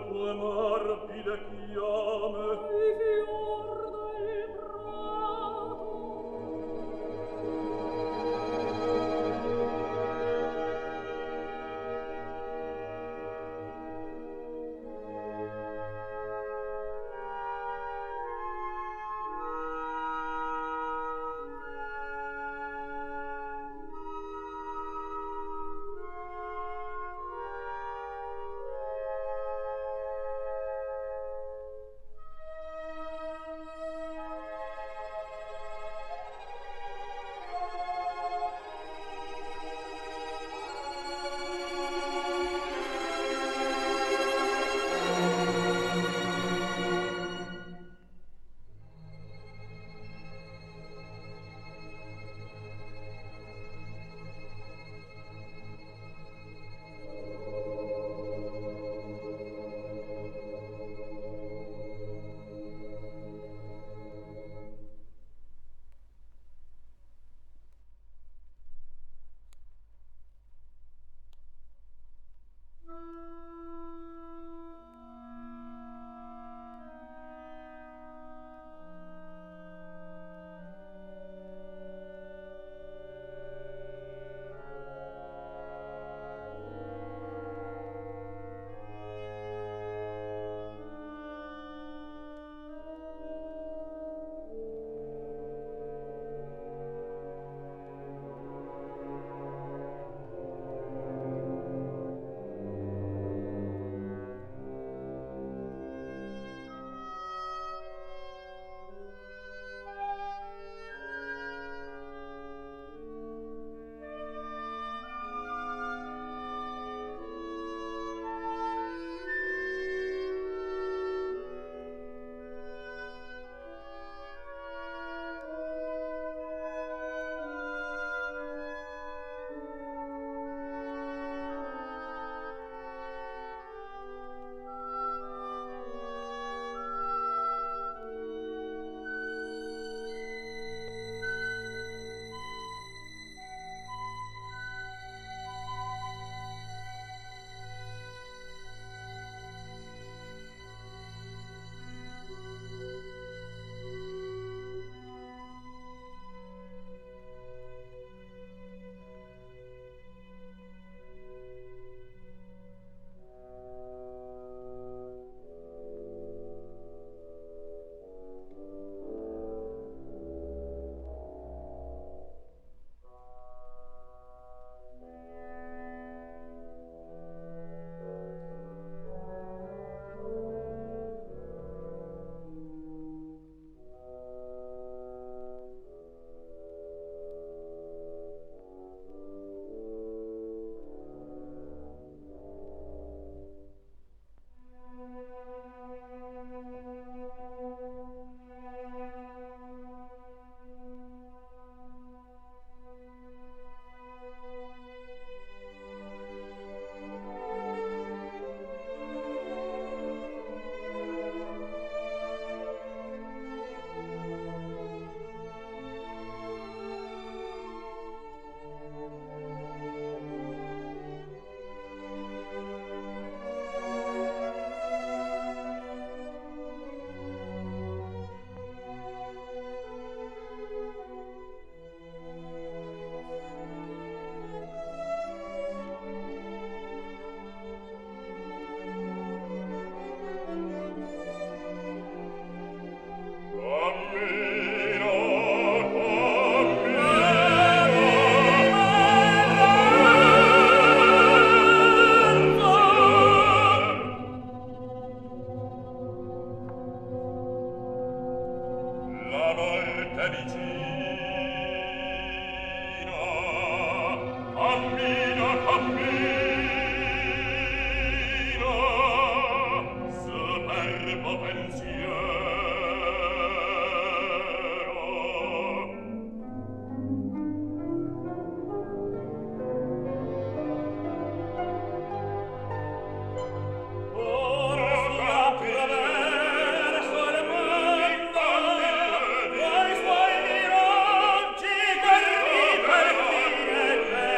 tue morbide chiame i fior del prato.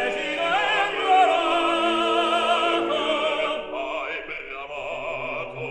Amato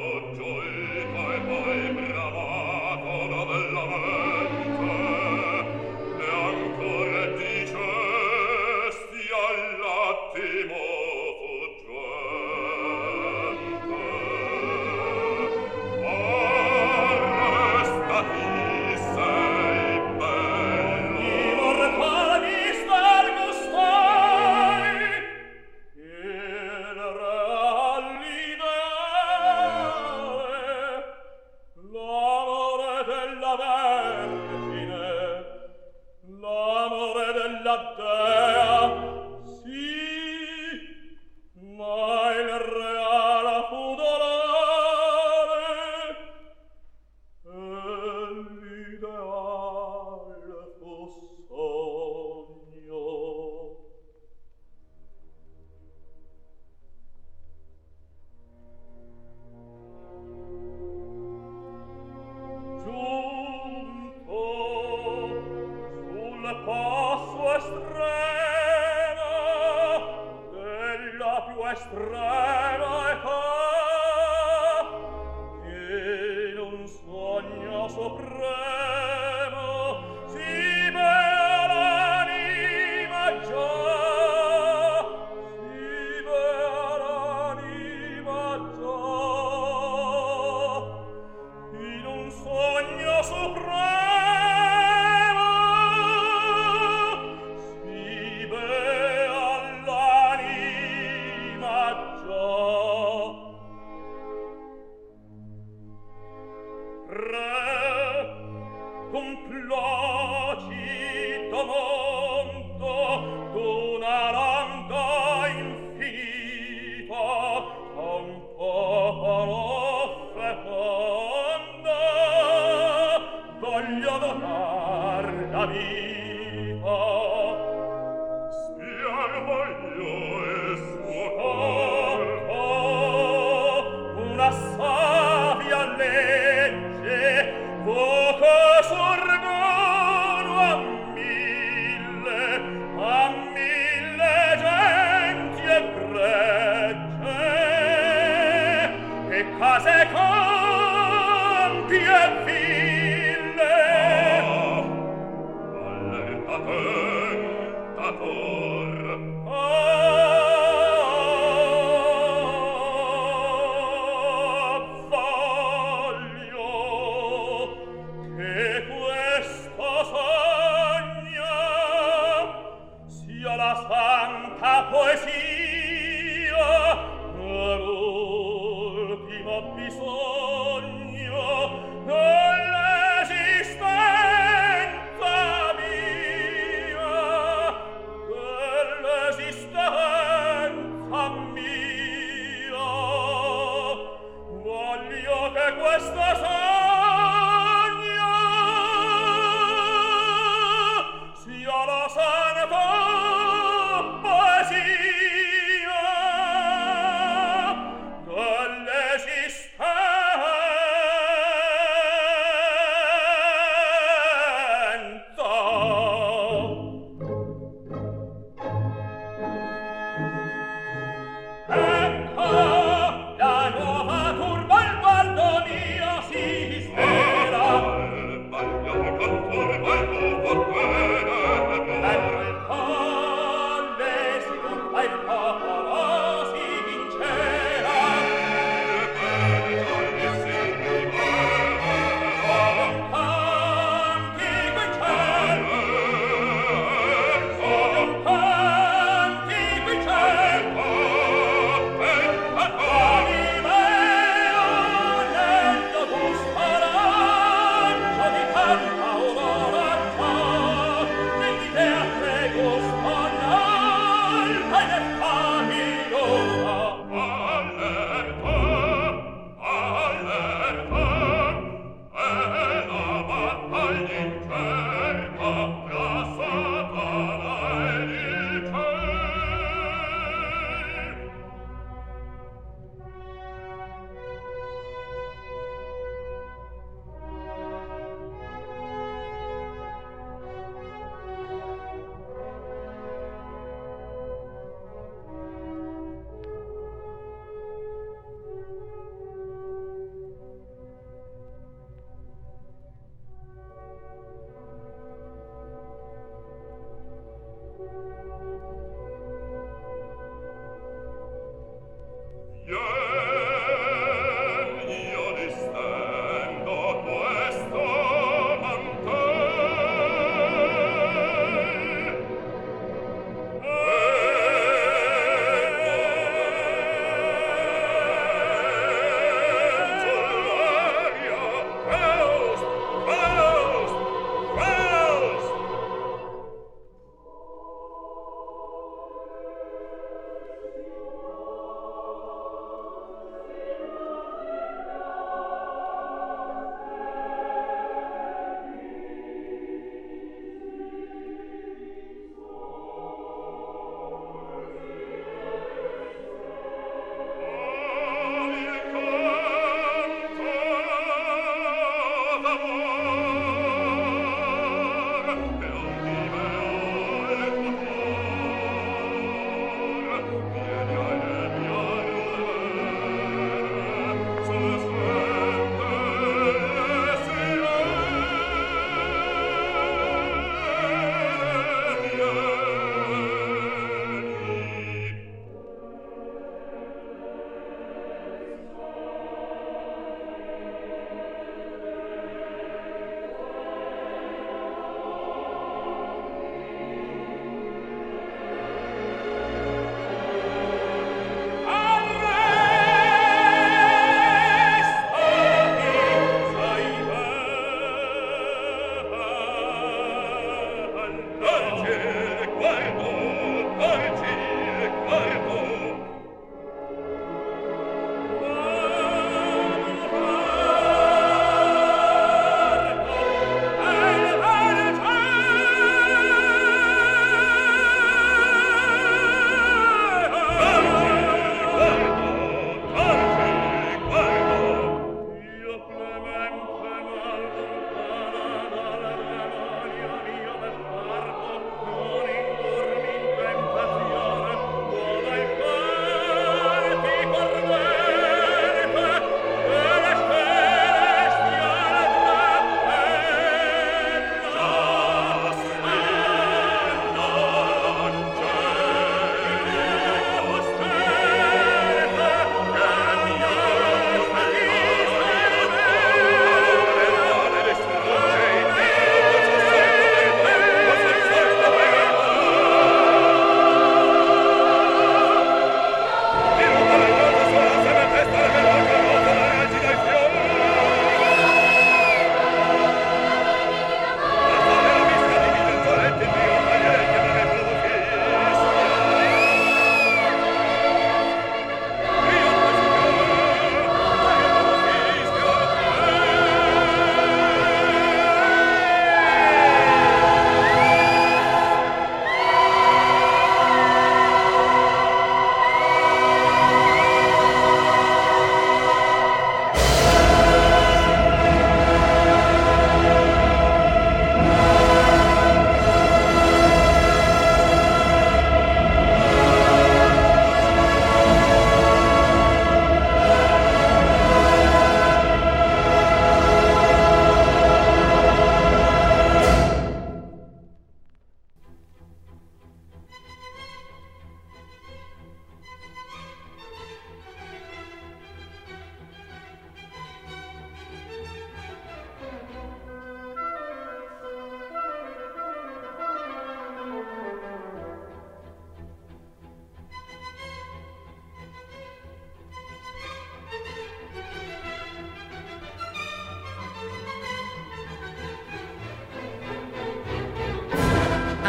estrema età, in un sogno supremo si bea l'anima già, si bea l'anima già, in un sogno supremo si bea l'anima già. Re, con placido monto d'una landa infinita, con popolo feconda, voglio donar la vita. Spiar voglio il suo corpo, una savia legge, voco sorgono a mille, a mille genti e gregge, e case, campi e ville. All'attentator, ah, voglio che questo sogno sia la santa poesia, l'ultimo bisogno dell'esistenza mia, dell'esistenza mia. Voglio che questo sogno sia la santa poesia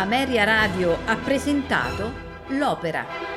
Ameria Radio ha presentato l'opera.